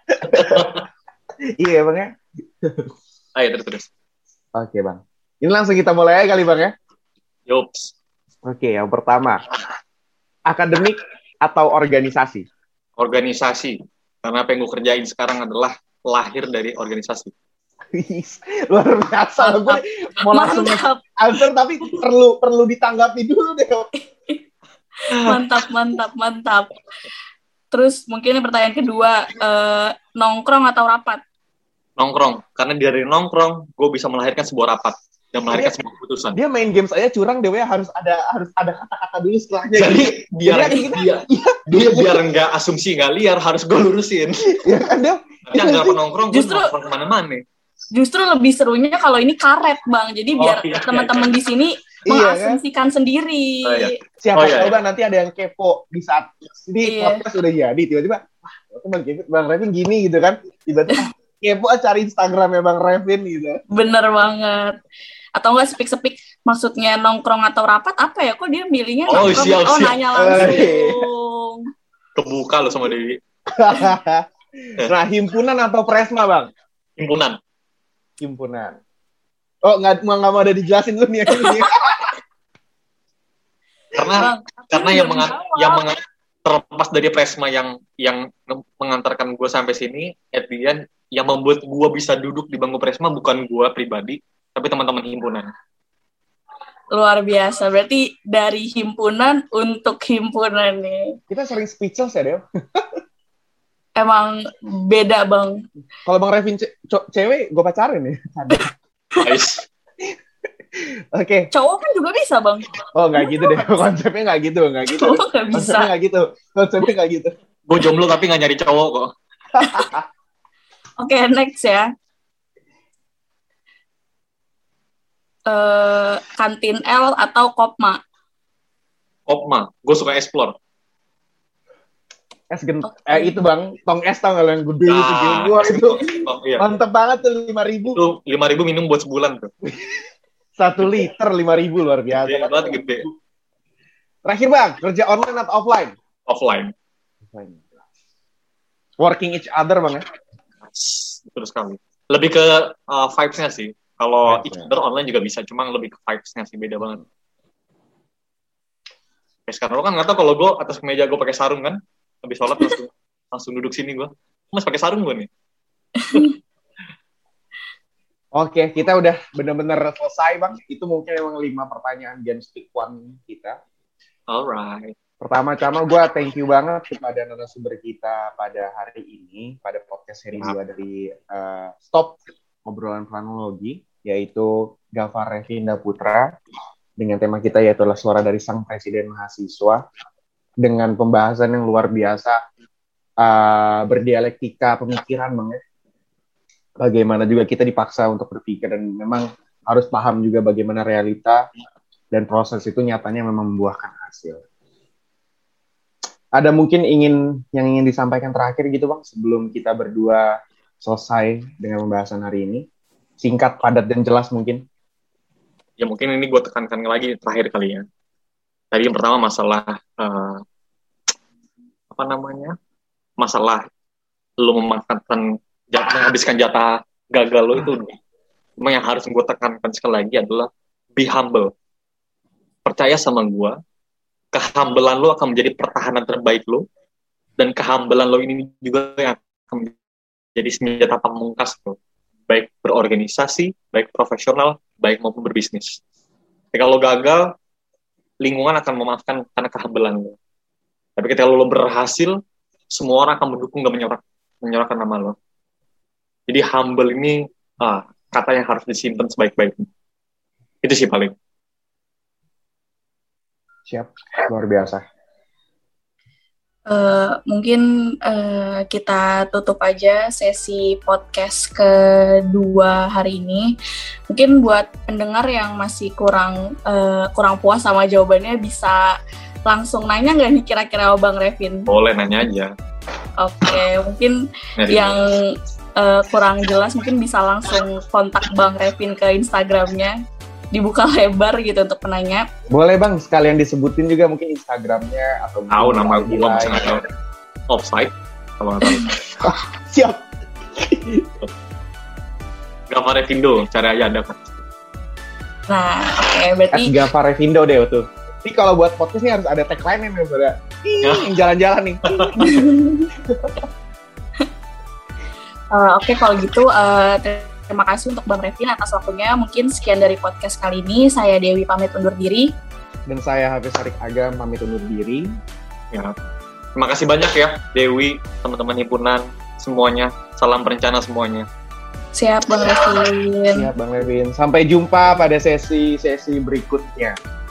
Iya Bang ya. Ayo terus-terus. Oke Bang. Ini langsung kita mulai kali Bang ya. Yups. Oke, yang pertama. Akademik atau organisasi? Organisasi. Karena apa yang gue kerjain sekarang adalah lahir dari organisasi. Luar biasa. Gue mau langsung answer tapi perlu perlu ditanggapi dulu deh. Mantap, mantap, mantap. Terus mungkin pertanyaan kedua, uh, nongkrong atau rapat? Nongkrong, karena dari nongkrong gue bisa melahirkan sebuah rapat dan melahirkan dia, sebuah keputusan. Dia main games aja curang, dia harus ada harus ada kata-kata dulu setelahnya. Jadi gitu. biar Jadi, dia, dia, dia biar nggak asumsi nggak liar, harus gue lurusin. Ya kan dia. Yang nggak nongkrong, gue nongkrong kemana-mana. Justru lebih serunya kalau ini karet Bang, jadi biar oh, iya, teman-teman iya. di sini mengasumsikan iya, sendiri. Oh, iya. Siapa oh, iya, tahu iya. Bang nanti ada yang kepo di saat ini iya. podcast udah jadi, tiba-tiba wah itu Bang Kevin, Bang Revin gini gitu kan, tiba-tiba kepo cari Instagramnya Bang Revin gitu. Bener banget. Atau enggak sepik-sepik maksudnya nongkrong atau rapat apa ya? Kok dia milihnya oh, nongkrong? Siap, oh siap. nanya langsung. Kebuka lo sama Dewi. Nah himpunan atau presma Bang? Himpunan. Himpunan. Oh nggak nggak mau ada dijelasin dulu nih. karena Bang, karena yang mengan, yang mengan, terlepas dari presma yang yang mengantarkan gue sampai sini, at the end, yang membuat gue bisa duduk di bangku presma bukan gue pribadi, tapi teman-teman himpunan. Luar biasa. Berarti dari himpunan untuk himpunan nih. Kita sering speechless ya, Del? Emang beda, Bang. Kalau Bang Revin ce- co- cewek, gue pacarin nih. Nice. Oke. Okay. Cowok kan juga bisa, Bang. Oh, nggak gitu deh. Konsepnya nggak gitu, nggak gitu. Cowok nggak bisa. Konsepnya nggak gitu. Konsepnya nggak gitu. Gue jomblo tapi nggak nyari cowok kok. Oke, okay, next ya. Uh, kantin L atau Kopma? Kopma. Gue suka explore. Es gent- okay. eh, itu Bang, tong es tau nggak yang gede nah, itu gua itu. Oh, iya. Mantep banget tuh lima ribu. Itu lima ribu minum buat sebulan tuh. Satu liter lima ribu luar biasa. Gede banget gede. Terakhir Bang, kerja online atau offline? Offline. Working each other bang ya? Betul sekali. Lebih ke uh, vibes-nya sih. Kalau Vibes, each ya. other online juga bisa, cuma lebih ke vibes-nya sih, beda banget. Kayak sekarang lo kan nggak tau kalau gue atas meja gue pakai sarung kan, habis sholat langsung langsung duduk sini gue. Mas pakai sarung gue nih. Oke, kita udah benar-benar selesai bang. Itu mungkin emang lima pertanyaan Gen Speak One kita. Alright. Pertama-tama gue thank you banget kepada narasumber kita pada hari ini, pada podcast seri dua dari uh, Stop Obrolan Planologi, yaitu Gafar Revinda Putra, dengan tema kita yaitu adalah Suara dari Sang Presiden Mahasiswa, dengan pembahasan yang luar biasa, uh, berdialektika pemikiran banget. Bagaimana juga kita dipaksa untuk berpikir dan memang harus paham juga bagaimana realita dan proses itu nyatanya memang membuahkan hasil. Ada mungkin ingin yang ingin disampaikan terakhir gitu bang, sebelum kita berdua selesai dengan pembahasan hari ini? Singkat, padat, dan jelas mungkin. Ya mungkin ini gue tekankan lagi terakhir kali ya. Tadi yang pertama masalah uh, apa namanya? Masalah lo memakankan jatah, menghabiskan jatah gagal lo itu. Cuma yang harus gue tekankan sekali lagi adalah be humble. Percaya sama gue. Kehambelan lo akan menjadi pertahanan terbaik lo, dan kehambelan lo ini juga yang akan menjadi senjata pamungkas lo, baik berorganisasi, baik profesional, baik maupun berbisnis. Ketika lo gagal, lingkungan akan memaafkan karena kehambelan lo. Tapi ketika lo berhasil, semua orang akan mendukung dan menyorak, menyorakkan nama lo. Jadi humble ini ah, kata yang harus disimpan sebaik-baiknya. Itu sih paling. Siap, luar biasa. Uh, mungkin uh, kita tutup aja sesi podcast kedua hari ini. Mungkin buat pendengar yang masih kurang uh, kurang puas sama jawabannya, bisa langsung nanya nggak nih kira-kira Bang Revin? Boleh nanya aja. Oke, okay, mungkin Nyari. yang uh, kurang jelas mungkin bisa langsung kontak Bang Revin ke Instagramnya. Dibuka lebar gitu untuk penanya. Boleh bang, sekalian disebutin juga mungkin Instagramnya atau tahu nama gue bisa nggak tahu. Offside kalau nggak tahu. Siap. Gafar Revindo, cari aja ada kan. Nah, oke okay, berarti. At Gafar Revindo deh tuh. Ini kalau buat podcast nih harus ada tagline nih pada yang jalan-jalan nih. uh, oke okay, kalau gitu. Uh, Terima kasih untuk Bang Revin atas waktunya. Mungkin sekian dari podcast kali ini. Saya Dewi pamit undur diri. Dan saya Hafiz Arik Agam pamit undur diri. Ya. Terima kasih banyak ya Dewi, teman-teman himpunan, semuanya. Salam perencana semuanya. Siap Bang Revin. Siap Bang Revin. Sampai jumpa pada sesi-sesi berikutnya.